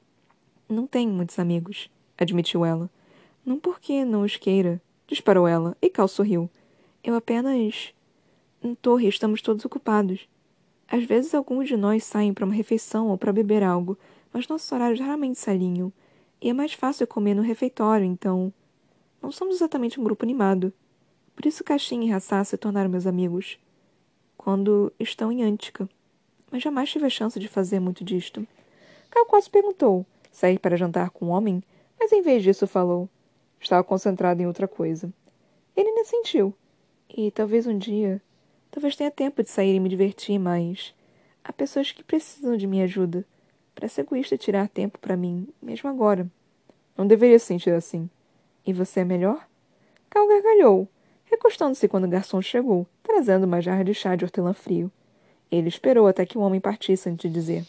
Não tenho muitos amigos, admitiu ela. Não porque não os queira, disparou ela, e Cal sorriu. Eu apenas... Em torre estamos todos ocupados. Às vezes alguns de nós saem para uma refeição ou para beber algo, mas nossos horários raramente se alinham. E é mais fácil comer no refeitório, então... Não somos exatamente um grupo animado. Por isso Caixinha e Hassá se tornaram meus amigos. Quando estão em Antica. Mas jamais tive a chance de fazer muito disto. Cal quase perguntou sair para jantar com um homem, mas em vez disso falou. Estava concentrado em outra coisa. Ele nem sentiu. E talvez um dia... Talvez tenha tempo de sair e me divertir, mas... Há pessoas que precisam de minha ajuda. Parece egoísta tirar tempo para mim, mesmo agora. Não deveria se sentir assim. E você é melhor? Cal gargalhou, recostando-se quando o garçom chegou, trazendo uma jarra de chá de hortelã frio. Ele esperou até que o homem partisse antes de dizer.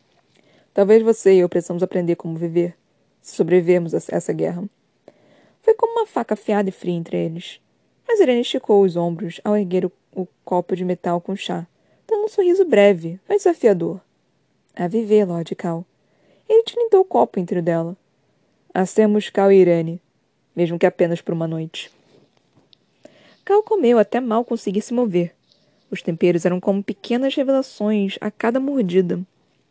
Talvez você e eu precisamos aprender como viver, se sobrevivermos a essa guerra. Foi como uma faca afiada e fria entre eles. Mas Irene esticou os ombros ao erguer o copo de metal com chá, dando um sorriso breve, mas desafiador. A viver, Lord Cal. Ele tilintou o copo entre o dela. Hacemos Cal e Irene, mesmo que apenas por uma noite. Cal comeu até mal conseguir se mover. Os temperos eram como pequenas revelações a cada mordida.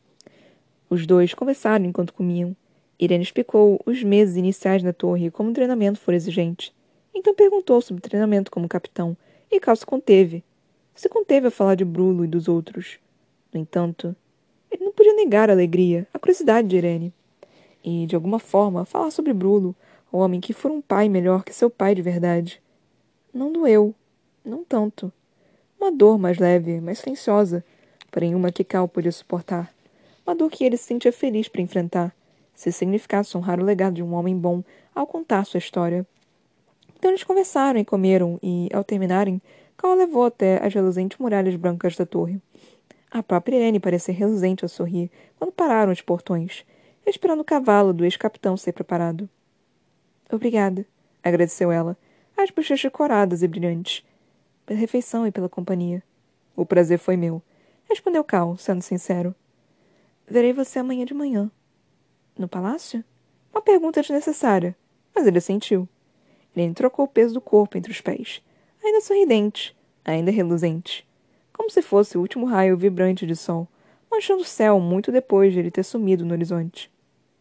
Os dois conversaram enquanto comiam. Irene explicou os meses iniciais na torre como o treinamento for exigente. Então perguntou sobre o treinamento como capitão, e Cal se conteve. Se conteve a falar de Brulo e dos outros. No entanto, ele não podia negar a alegria, a curiosidade de Irene. E, de alguma forma, falar sobre Brulo, o homem que fora um pai melhor que seu pai de verdade. Não doeu. Não tanto. Uma dor mais leve, mais silenciosa, porém uma que Cal podia suportar. Uma dor que ele se sentia feliz para enfrentar, se significasse honrar o legado de um homem bom ao contar sua história. Então eles conversaram e comeram, e, ao terminarem, Cal a levou até as reluzentes muralhas brancas da torre. A própria Irene parecia reluzente ao sorrir quando pararam os portões, esperando o cavalo do ex-capitão ser preparado. Obrigada, agradeceu ela, as bochechas coradas e brilhantes, pela refeição e pela companhia. O prazer foi meu, respondeu Cal, sendo sincero. Verei você amanhã de manhã. No palácio? Uma pergunta desnecessária, mas ele assentiu. Irene trocou o peso do corpo entre os pés, ainda sorridente, ainda reluzente, como se fosse o último raio vibrante de sol, manchando o céu muito depois de ele ter sumido no horizonte.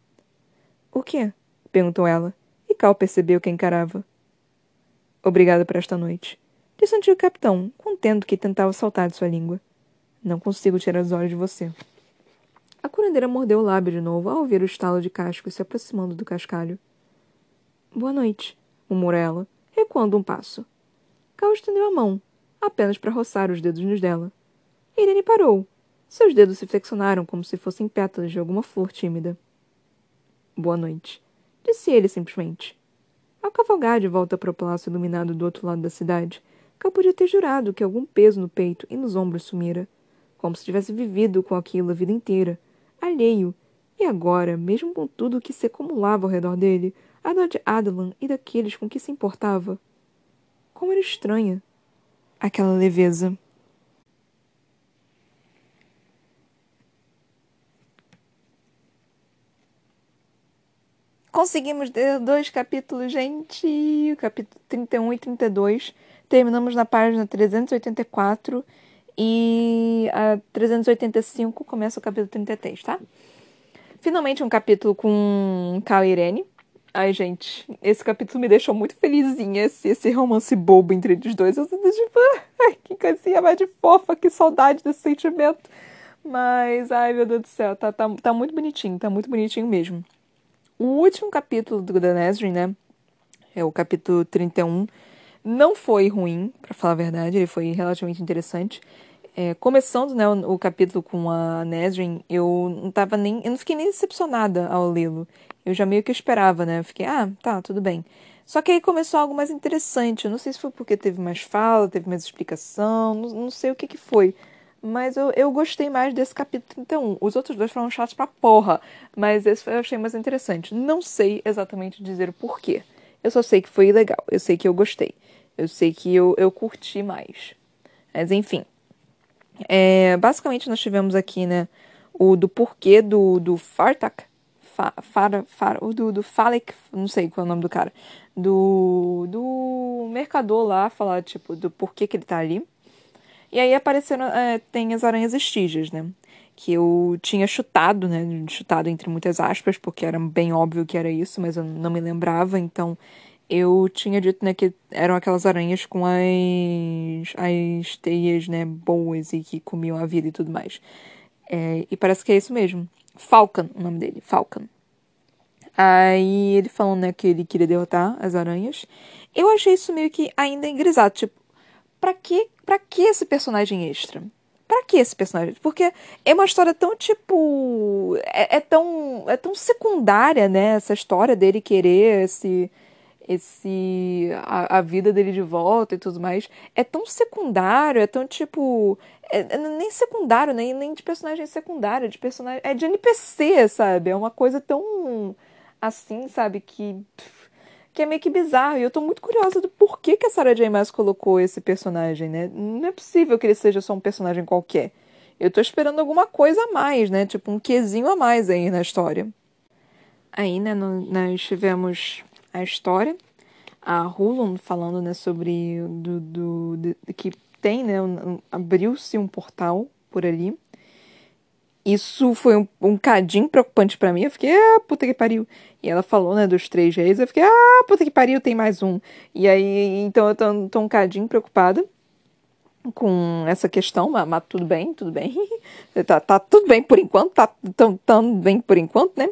O quê? Perguntou ela, e Cal percebeu que a encarava. Obrigada por esta noite, disse o antigo capitão, contendo que tentava saltar de sua língua. Não consigo tirar os olhos de você. A curandeira mordeu o lábio de novo ao ouvir o estalo de cascos se aproximando do cascalho. Boa noite, murmurou ela, recuando um passo. Cal estendeu a mão, apenas para roçar os dedos nos dela. Irene parou. Seus dedos se flexionaram como se fossem pétalas de alguma flor tímida. Boa noite, disse ele simplesmente. Ao cavalgar de volta para o palácio iluminado do outro lado da cidade, Cal podia ter jurado que algum peso no peito e nos ombros sumira. como se tivesse vivido com aquilo a vida inteira, alheio. E agora, mesmo com tudo o que se acumulava ao redor dele, a dor de Adelan e daqueles com que se importava, como era estranha aquela leveza. Conseguimos ler 2 capítulos, gente! O capítulo 31 e 32. Terminamos na página 384 e a 385 começa o capítulo 33, tá? Finalmente um capítulo com Cal e Irene. Ai, gente, esse capítulo me deixou muito felizinha, esse romance bobo entre eles dois. Eu tô tipo, ai, que coisinha mais de fofa, que saudade desse sentimento. Mas, ai, meu Deus do céu, tá muito bonitinho mesmo. O último capítulo do The Nazarene, né, é o capítulo 31, não foi ruim, pra falar a verdade, ele foi relativamente interessante. Começando, né, o capítulo com a Nazarene, eu não fiquei nem decepcionada ao lê-lo. Eu já meio que esperava, né? Eu fiquei, tá, tudo bem. Só que aí começou algo mais interessante. Eu não sei se foi porque teve mais fala, teve mais explicação, não sei o que foi. Mas eu gostei mais desse capítulo 31. Os outros dois foram chatos pra porra, mas esse eu achei mais interessante. Não sei exatamente dizer o porquê. Eu só sei que foi legal, eu sei que eu gostei. Eu sei que eu curti mais. Mas enfim. Basicamente nós tivemos aqui, né, o do porquê do Fartak, do Falek, não sei qual é o nome do cara, do mercador lá, falar, tipo, do porquê que ele tá ali. E aí apareceram, tem as aranhas estígias, né, que eu tinha chutado, né, chutado entre muitas aspas, porque era bem óbvio que era isso, mas eu não me lembrava, então eu tinha dito, né, que eram aquelas aranhas com as teias, né, boas e que comiam a vida e tudo mais. E parece que é isso mesmo. Falcon, o nome dele, Falcon. Aí ele falando, né, que ele queria derrotar as aranhas. Eu achei isso meio que ainda engrisado, tipo, pra que esse personagem extra? Pra que esse personagem? Porque é uma história tão, tipo, é tão secundária, né, essa história dele querer a vida dele de volta e tudo mais, é tão secundário, é tão tipo, nem secundário, nem de personagem secundário, é de NPC, sabe? É uma coisa tão assim, sabe, que é meio que bizarro. E eu tô muito curiosa do porquê que a Sarah J. Maas colocou esse personagem, né? Não é possível que ele seja só um personagem qualquer. Eu tô esperando alguma coisa a mais, né? Tipo, um quezinho a mais aí na história. Aí, né, nós tivemos a história, a Hulon falando, né, sobre que tem, né, abriu-se um portal por ali. Isso foi um cadinho preocupante pra mim. Eu fiquei, puta que pariu. E ela falou, né, dos 3 reis. Eu fiquei, puta que pariu, tem mais um. E aí, então eu tô um cadinho preocupada com essa questão, mas tudo bem, tudo bem. Tá tudo bem por enquanto, tão bem por enquanto, né?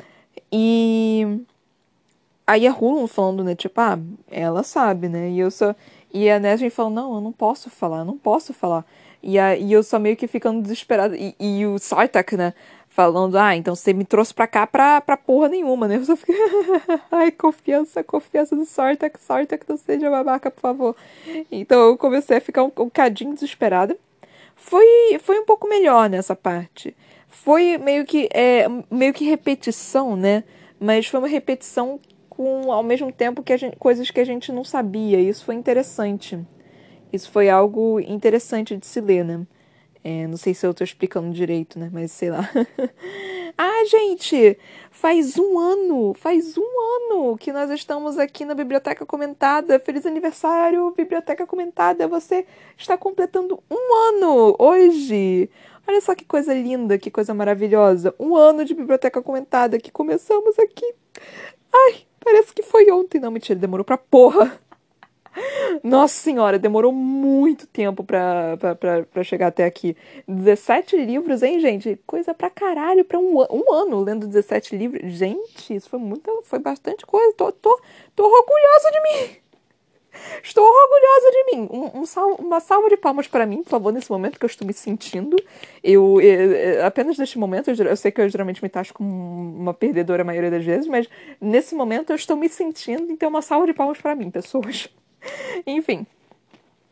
E aí a Hulun falando, né, tipo, ela sabe, né? E a Nesrin falando, não, eu não posso falar, eu não posso falar. E eu só meio que ficando desesperada. E o Sartak, né, falando, então você me trouxe pra cá pra porra nenhuma, né? Eu só fiquei, ai, confiança do Sartak, não seja babaca, por favor. Então eu comecei a ficar um cadinho desesperada. Foi um pouco melhor nessa parte. Foi meio que repetição, né? Mas foi uma repetição com, ao mesmo tempo, coisas que a gente não sabia. Isso foi interessante. Isso foi algo interessante de se ler, né? Não sei se eu tô explicando direito, né? Mas sei lá. Gente! Faz um ano que nós estamos aqui na Biblioteca Comentada. Feliz aniversário, Biblioteca Comentada! Você está completando um ano hoje! Olha só que coisa linda, que coisa maravilhosa. Um ano de Biblioteca Comentada que começamos aqui. Ai, parece que foi ontem. Não, mentira, demorou pra porra. Nossa senhora, demorou muito tempo pra chegar até aqui. 17 livros, hein, gente? Coisa pra caralho, pra um ano lendo 17 livros. Gente, isso foi bastante coisa. Tô orgulhosa de mim. Estou orgulhosa de mim. Uma salva de palmas para mim, por favor, nesse momento que eu estou me sentindo. Apenas neste momento, eu sei que eu geralmente me taxo como uma perdedora a maioria das vezes, mas nesse momento eu estou me sentindo, então uma salva de palmas para mim, pessoas. Enfim.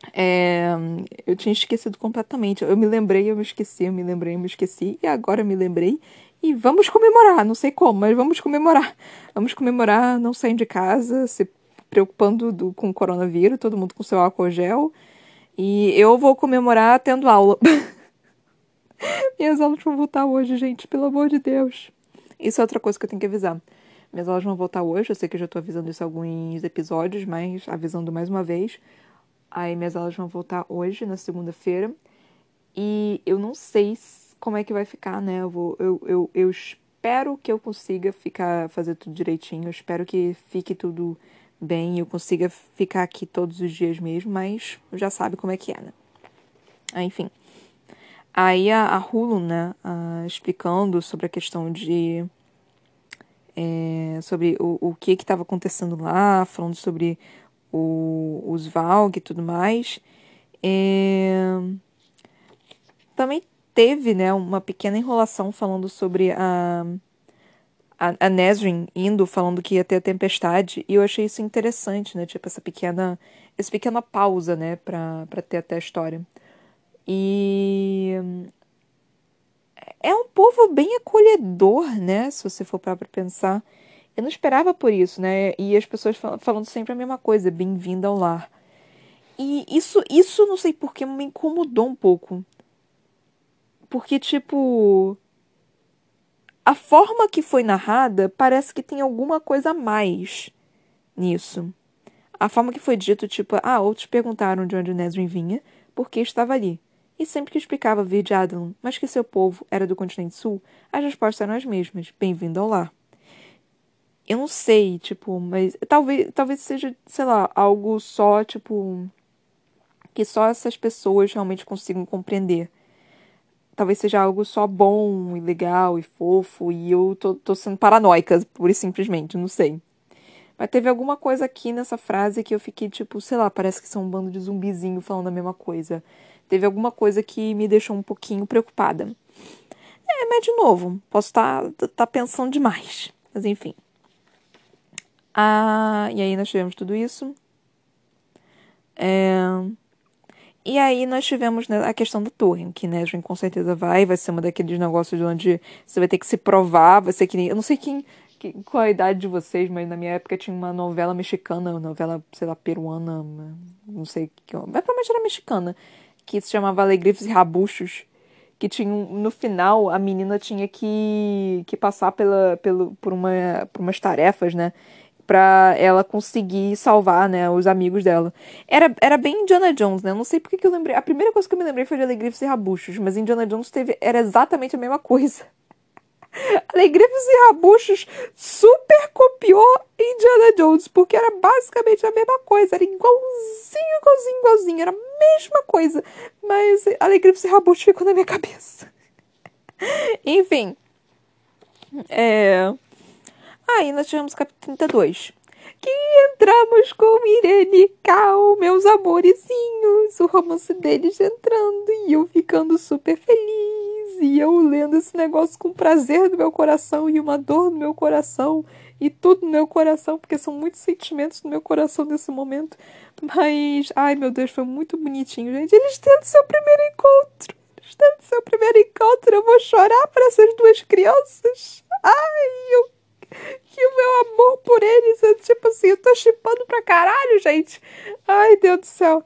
É, eu tinha esquecido completamente. Eu me lembrei, eu me esqueci, eu me lembrei, eu me esqueci, e agora eu me lembrei. E vamos comemorar, não sei como, mas vamos comemorar. Vamos comemorar não saindo de casa, se preocupando com o coronavírus, todo mundo com seu álcool gel. E eu vou comemorar tendo aula. Minhas aulas vão voltar hoje, gente, pelo amor de Deus. Isso é outra coisa que eu tenho que avisar. Minhas aulas vão voltar hoje, eu sei que eu já tô avisando isso em alguns episódios, mas avisando mais uma vez. Aí minhas aulas vão voltar hoje, na segunda-feira. E eu não sei como é que vai ficar, né? Eu espero que eu consiga fazer tudo direitinho. Eu espero que fique tudo bem. Eu consiga ficar aqui todos os dias mesmo, mas já sabe como é que é, né? Enfim. Aí a Hulu, né, explicando sobre a questão de... sobre o que estava acontecendo lá, falando sobre os Valg e tudo mais. Também teve, né, uma pequena enrolação falando sobre a Nesryn indo, falando que ia ter a tempestade, e eu achei isso interessante, né, tipo, essa pequena pausa, né, pra ter até a história. E é um povo bem acolhedor, né, se você for parar pra pensar. Eu não esperava por isso, né, e as pessoas falando sempre a mesma coisa, bem-vinda ao lar. E isso não sei por que me incomodou um pouco. Porque, tipo, a forma que foi narrada parece que tem alguma coisa a mais nisso. A forma que foi dito, tipo, outros perguntaram de onde Nesrin vinha, porque estava ali. E sempre que explicava vir de Adlon, mas que seu povo era do continente sul, as respostas eram as mesmas. Bem-vindo ao lar. Eu não sei, tipo, mas talvez seja, sei lá, algo só, tipo, que só essas pessoas realmente consigam compreender. Talvez seja algo só bom e legal e fofo, e eu tô sendo paranoica, pura e simplesmente, não sei. Mas teve alguma coisa aqui nessa frase que eu fiquei tipo, sei lá, parece que são um bando de zumbizinho falando a mesma coisa. Teve alguma coisa que me deixou um pouquinho preocupada. Mas de novo, posso tá pensando demais. Mas enfim. E aí nós tivemos tudo isso. E aí nós tivemos, né, a questão da torre, que Nesrin com certeza vai ser uma daqueles negócios de onde você vai ter que se provar, vai ser que nem... Eu não sei qual a idade de vocês, mas na minha época tinha uma novela mexicana, novela, sei lá, peruana, não sei que... Mas provavelmente era mexicana, que se chamava Alegrifes e Rabuchos, que tinha no final a menina tinha que passar por umas tarefas, né? Pra ela conseguir salvar, né, os amigos dela. Era bem Indiana Jones, né? Eu não sei por que eu lembrei. A primeira coisa que eu me lembrei foi de Alegrifes e Rabuchos, mas Indiana Jones era exatamente a mesma coisa. Alegrifes e Rabuchos super copiou Indiana Jones, porque era basicamente a mesma coisa. Era igualzinho, igualzinho, igualzinho. Era a mesma coisa. Mas Alegrifes e Rabuchos ficou na minha cabeça. Enfim. É... Aí nós tivemos o capítulo 32. Que entramos com Irene e Cal, meus amorizinhos. O romance deles entrando e eu ficando super feliz. E eu lendo esse negócio com prazer no meu coração e uma dor no meu coração. E tudo no meu coração, porque são muitos sentimentos no meu coração nesse momento. Mas, ai meu Deus, foi muito bonitinho, gente. Eles tendo seu primeiro encontro. Eles tendo seu primeiro encontro. Eu vou chorar para essas duas crianças. Ai, eu que o meu amor por eles, tipo assim, eu tô shippando pra caralho, gente. Ai, Deus do céu.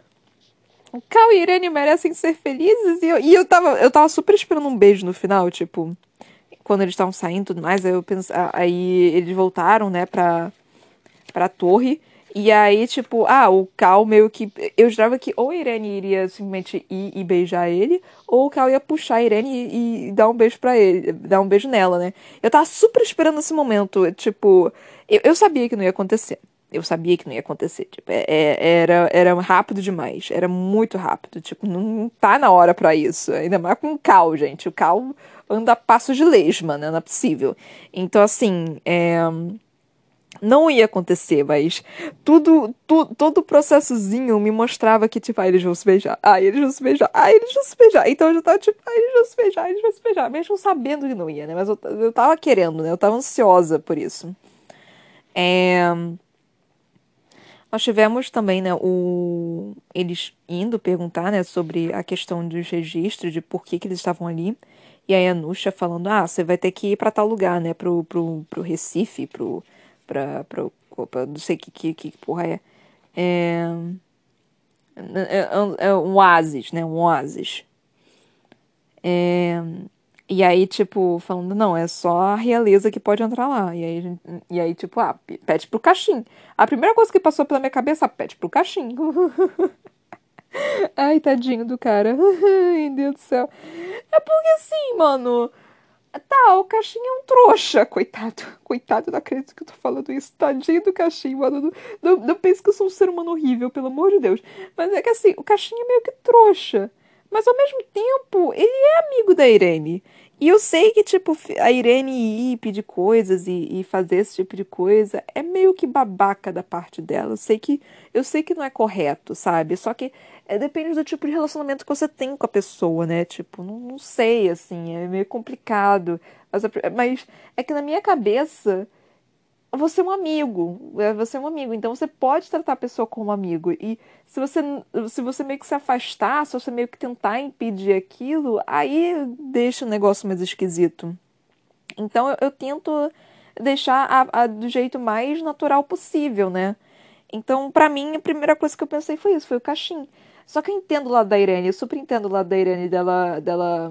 O Cal e a Irene merecem ser felizes eu tava super esperando um beijo no final, tipo, quando eles estavam saindo e tudo mais, aí eles voltaram, né, pra torre. E aí, tipo, o Cal meio que. Eu jurava que ou a Irene iria simplesmente ir e beijar ele, ou o Cal ia puxar a Irene e dar um beijo pra ele, dar um beijo nela, né? Eu tava super esperando esse momento. Tipo, eu sabia que não ia acontecer. Eu sabia que não ia acontecer. Tipo, era rápido demais. Era muito rápido. Tipo, não tá na hora pra isso. Ainda mais com o Cal, gente. O Cal anda a passos de lesma, né? Não é possível. Então, assim, não ia acontecer, mas todo o processozinho me mostrava que, tipo, eles vão se beijar, eles vão se beijar, eles vão se beijar. Então eu já tava, tipo, eles vão se beijar, eles vão se beijar, mesmo sabendo que não ia, né? Mas eu tava querendo, né? Eu tava ansiosa por isso. Nós tivemos também, né, eles indo perguntar, né, sobre a questão dos registros, de por que que eles estavam ali. E aí a Nusha falando, você vai ter que ir pra tal lugar, né, pro Recife, pra não sei que porra é. É, é um oásis, né, um oásis. E aí, tipo, falando, não, é só a realeza que pode entrar lá. E aí, tipo, pede pro Cachim. A primeira coisa que passou pela minha cabeça, pede pro Cachim. Ai, tadinho do cara. Ai, Deus do céu. É porque assim, mano. Tá, o Cachim é um trouxa, coitado. Coitado, não acredito que eu tô falando isso. Tadinho do Cachim, mano. Não pense que eu sou um ser humano horrível, pelo amor de Deus. Mas é que assim, o Cachim é meio que trouxa. Mas ao mesmo tempo, ele é amigo da Irene. E eu sei que, tipo, a Irene ir pedir coisas e fazer esse tipo de coisa é meio que babaca da parte dela. Eu sei que não é correto, sabe? Só que depende do tipo de relacionamento que você tem com a pessoa, né? Tipo, não sei, assim, é meio complicado. Mas é que na minha cabeça você é um amigo, você é um amigo, então você pode tratar a pessoa como amigo. E se você meio que se afastar, se você meio que tentar impedir aquilo, aí deixa o negócio mais esquisito. Então eu tento deixar do jeito mais natural possível, né? Então, pra mim, a primeira coisa que eu pensei foi isso, foi o Cachim. Só que eu entendo o lado da Irene, eu super entendo o lado da Irene dela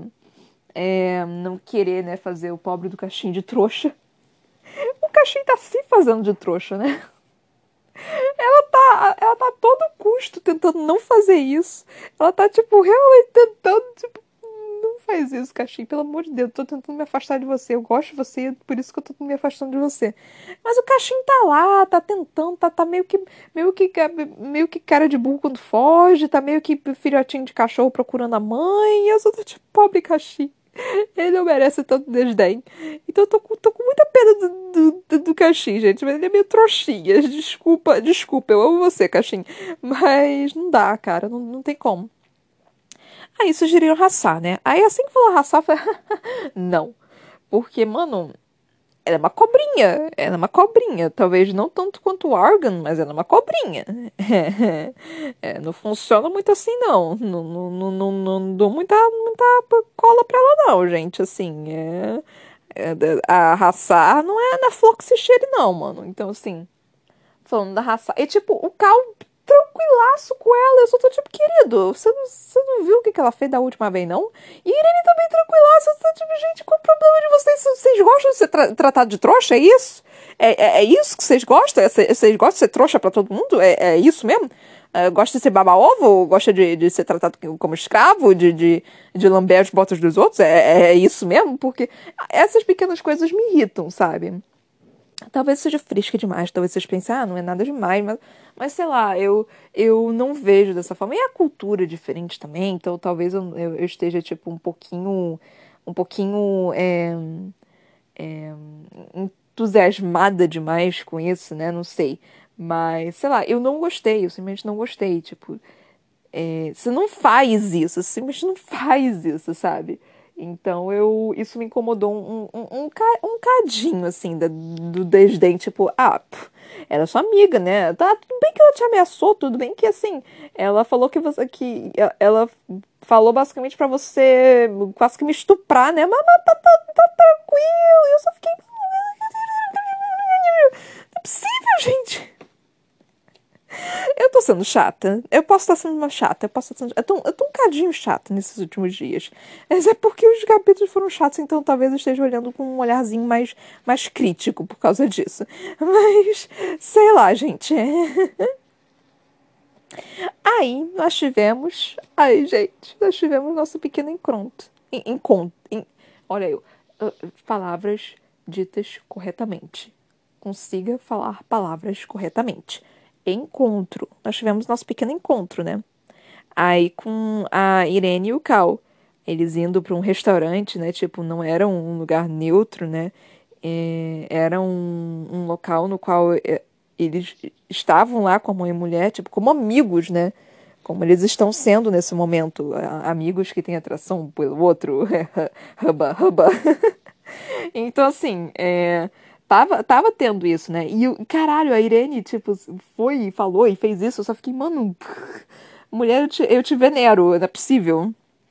não querer, né, fazer o pobre do Cachim de trouxa. O Cachim tá se fazendo de trouxa, né? Ela tá a todo custo tentando não fazer isso. Ela tá, tipo, realmente tentando, tipo, não faz isso, Cachim, pelo amor de Deus, eu tô tentando me afastar de você. Eu gosto de você, por isso que eu tô me afastando de você. Mas o Cachim tá lá, tá tentando, tá meio que cara de burro quando foge, tá meio que filhotinho de cachorro procurando a mãe. E eu só tô tipo, pobre Cachim. Ele não merece tanto desdém. Então eu tô com muita pena do Cachim, gente. Mas ele é meio trouxinha. Desculpa, eu amo você, Cachim. Mas não dá, cara. Não tem como. Aí sugeriram raçar, né? Aí assim que falou raçar, eu falei, não. Porque, mano, ela é uma cobrinha. Ela é uma cobrinha. Talvez não tanto quanto o Argan, mas ela é uma cobrinha. Não funciona muito assim, não. Não dou muita cola pra ela, não, gente. Assim, a raçar não é na flor que se cheire, não, mano. Então, assim, falando da raça. E, tipo, o Cal tranquilaço com ela. Eu só tô tipo, querido, você não viu o que que ela fez da última vez, não? E a Irene também tranquilaço. Eu tô tipo, gente, qual o problema de vocês? Vocês gostam de ser tratado de trouxa? É isso? É isso que vocês gostam? Vocês gostam de ser trouxa pra todo mundo? É isso mesmo? Gosta de ser baba-ovo? Gosta de ser tratado como escravo? De lamber as botas dos outros? É isso mesmo? Porque essas pequenas coisas me irritam, sabe? Talvez seja fresca demais, talvez vocês pensem, não é nada demais, mas sei lá, eu não vejo dessa forma. E a cultura é diferente também, então talvez eu esteja, tipo, um pouquinho entusiasmada demais com isso, né? Não sei. Mas, sei lá, eu não gostei, eu simplesmente não gostei, tipo, você não faz isso, você simplesmente não faz isso, sabe? Então isso me incomodou um cadinho, assim, do desdém, tipo, era sua amiga, né? Tá, tudo bem que ela te ameaçou, tudo bem que, assim, ela falou que ela falou basicamente pra você quase que me estuprar, né? Mas tá tranquilo, eu só fiquei, não é possível, gente. Eu tô sendo chata. Eu posso estar sendo uma chata. Eu posso estar sendo. Eu tô um cadinho chata nesses últimos dias. Mas é porque os capítulos foram chatos, então talvez eu esteja olhando com um olharzinho mais crítico por causa disso. Mas, sei lá, gente. Aí nós tivemos. Aí, gente, nós tivemos nosso pequeno encontro. Olha eu. Palavras ditas corretamente. Consiga falar palavras corretamente. Encontro. Nós tivemos nosso pequeno encontro, né? Aí com a Irene e o Cal. Eles indo para um restaurante, né? Tipo, não era um lugar neutro, né? Era um local no qual eles estavam lá com a mãe e a mulher, tipo, como amigos, né? Como eles estão sendo nesse momento. Amigos que têm atração um pelo outro. Hubba, hubba. Então, assim, tava tendo isso, né? E, caralho, a Irene, tipo, foi e falou e fez isso. Eu só fiquei, mano, mulher, eu te venero, não é possível.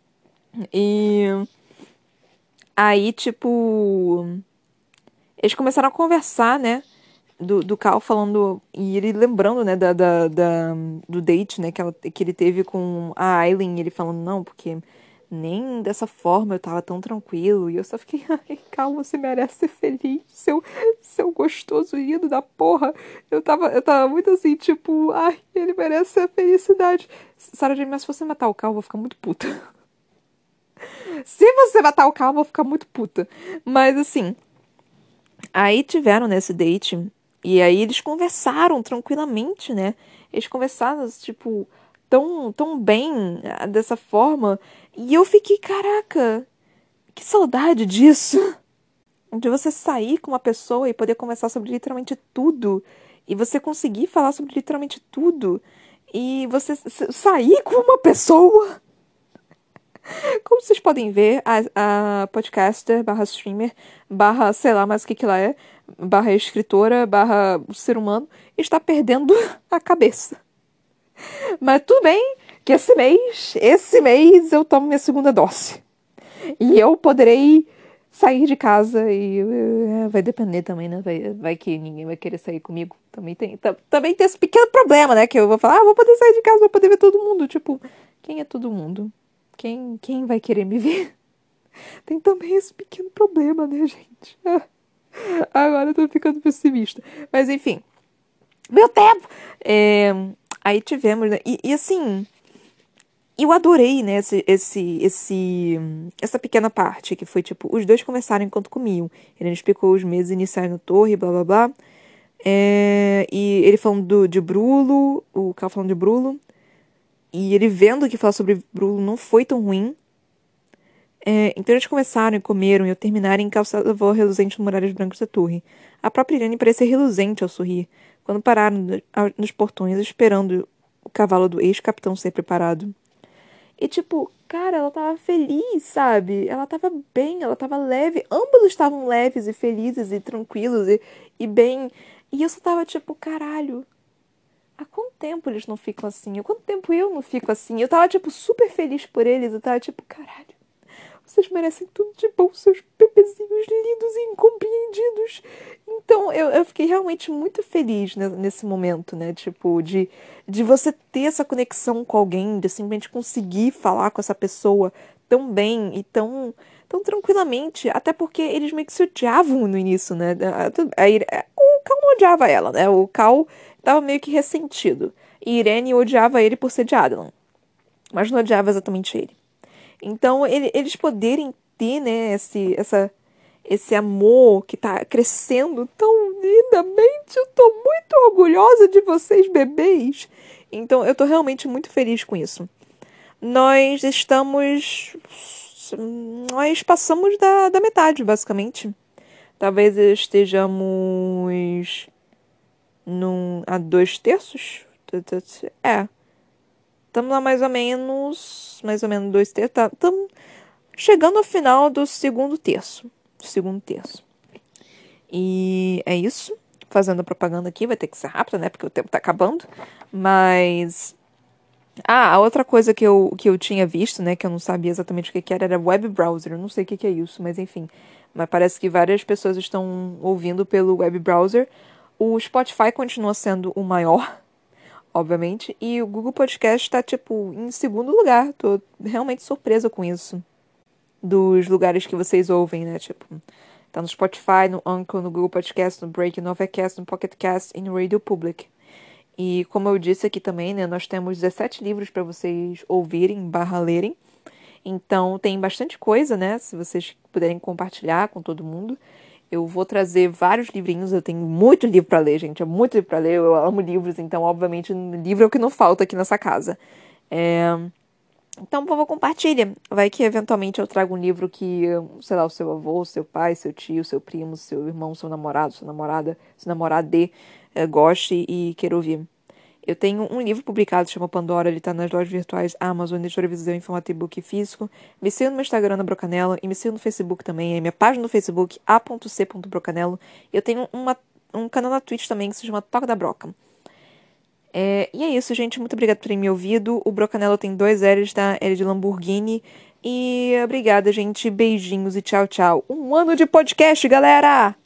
E aí, tipo, eles começaram a conversar, né? Do Cal falando, e ele lembrando, né, do date, né, que ele teve com a Aileen, ele falando, não, porque nem dessa forma eu tava tão tranquilo, e eu só fiquei, ai, Cal, você merece ser feliz, seu gostoso ido da porra, eu tava muito assim, tipo, ai, ele merece a felicidade. Sarah Jane, mas se você matar o Cal, eu vou ficar muito puta. Se você matar o Cal, eu vou ficar muito puta. Mas, assim, aí tiveram nesse date, e aí eles conversaram tranquilamente, né? Eles conversaram, tipo, tão bem, dessa forma. E eu fiquei, caraca, que saudade disso. De você sair com uma pessoa e poder conversar sobre literalmente tudo. E você conseguir falar sobre literalmente tudo. E você sair com uma pessoa. Como vocês podem ver, a podcaster, barra streamer, barra, sei lá mais o que que ela é, barra escritora, barra ser humano, está perdendo a cabeça. Mas tudo bem que esse mês eu tomo minha segunda dose. E eu poderei sair de casa e vai depender também, né? Vai que ninguém vai querer sair comigo. Também tem esse pequeno problema, né? Que eu vou falar, vou poder sair de casa, vou poder ver todo mundo. Tipo, quem é todo mundo? Quem vai querer me ver? Tem também esse pequeno problema, né, gente? Agora eu tô ficando pessimista. Mas enfim, meu tempo! É, aí tivemos, né? E assim, eu adorei, né, essa pequena parte, que foi tipo, os dois conversaram enquanto comiam. Ele explicou os meses iniciais na torre, blá blá blá. E ele falando de Brulo, o Cal falando de Brulo. E ele vendo que falar sobre Brulo não foi tão ruim. Então eles começaram e comeram e ao terminarem, calçada levou reluzente no muralhas brancos da torre. A própria Irene parecia reluzente ao sorrir, quando pararam nos portões esperando o cavalo do ex-capitão ser preparado. E tipo, cara, ela tava feliz, sabe? Ela tava bem, ela tava leve. Ambos estavam leves e felizes e tranquilos e bem. E eu só tava tipo, caralho, há quanto tempo eles não ficam assim? Há quanto tempo eu não fico assim? Eu tava tipo super feliz por eles, eu tava tipo, caralho. Vocês merecem tudo de bom, seus bebezinhos lindos e incompreendidos. Então, eu fiquei realmente muito feliz nesse momento, né? Tipo, de você ter essa conexão com alguém, de simplesmente conseguir falar com essa pessoa tão bem e tão tranquilamente. Até porque eles meio que se odiavam no início, né? O Cal não odiava ela, né? O Cal tava meio que ressentido. E Irene odiava ele por ser de Adelan, mas não odiava exatamente ele. Então, eles poderem ter, né, esse amor que tá crescendo tão lindamente, eu tô muito orgulhosa de vocês, bebês. Então, eu tô realmente muito feliz com isso. Nós estamos. Nós passamos da metade, basicamente. Talvez estejamos a 2 terços. É. Estamos lá mais ou menos 2 terços. Estamos chegando ao final do segundo terço. Segundo terço. E é isso. Fazendo a propaganda aqui, vai ter que ser rápido, né? Porque o tempo tá acabando. Mas. A outra coisa que eu tinha visto, né? Que eu não sabia exatamente o que era web browser. Eu não sei o que é isso, mas enfim. Mas parece que várias pessoas estão ouvindo pelo web browser. O Spotify continua sendo o maior, obviamente. E o Google Podcast tá, tipo, em segundo lugar. Tô realmente surpresa com isso. Dos lugares que vocês ouvem, né? Tipo, tá no Spotify, no Anchor, no Google Podcast, no Break, no Overcast, no Pocket Cast e no Radio Public. E como eu disse aqui também, né? Nós temos 17 livros para vocês ouvirem, lerem. Então tem bastante coisa, né? Se vocês puderem compartilhar com todo mundo. Eu vou trazer vários livrinhos. Eu tenho muito livro para ler, gente. É muito livro para ler. Eu amo livros, então, obviamente, livro é o que não falta aqui nessa casa. Então, por favor, compartilha. Vai que eventualmente eu trago um livro que, sei lá, o seu avô, seu pai, seu tio, seu primo, seu irmão, seu namorado, sua namorada, seu namorado goste e queira ouvir. Eu tenho um livro publicado, chama Pandora, ele tá nas lojas virtuais Amazon, Editora Visão em formato e-book e físico. Me siga no meu Instagram, na Brocanelo, e me siga no Facebook também, é minha página no Facebook, a.c.brocanelo. Eu tenho um canal na Twitch também que se chama Toca da Broca. E é isso, gente. Muito obrigada por terem me ouvido. O Brocanelo tem 2 L's, tá? L de Lamborghini. E obrigada, gente. Beijinhos e tchau, tchau. Um ano de podcast, galera!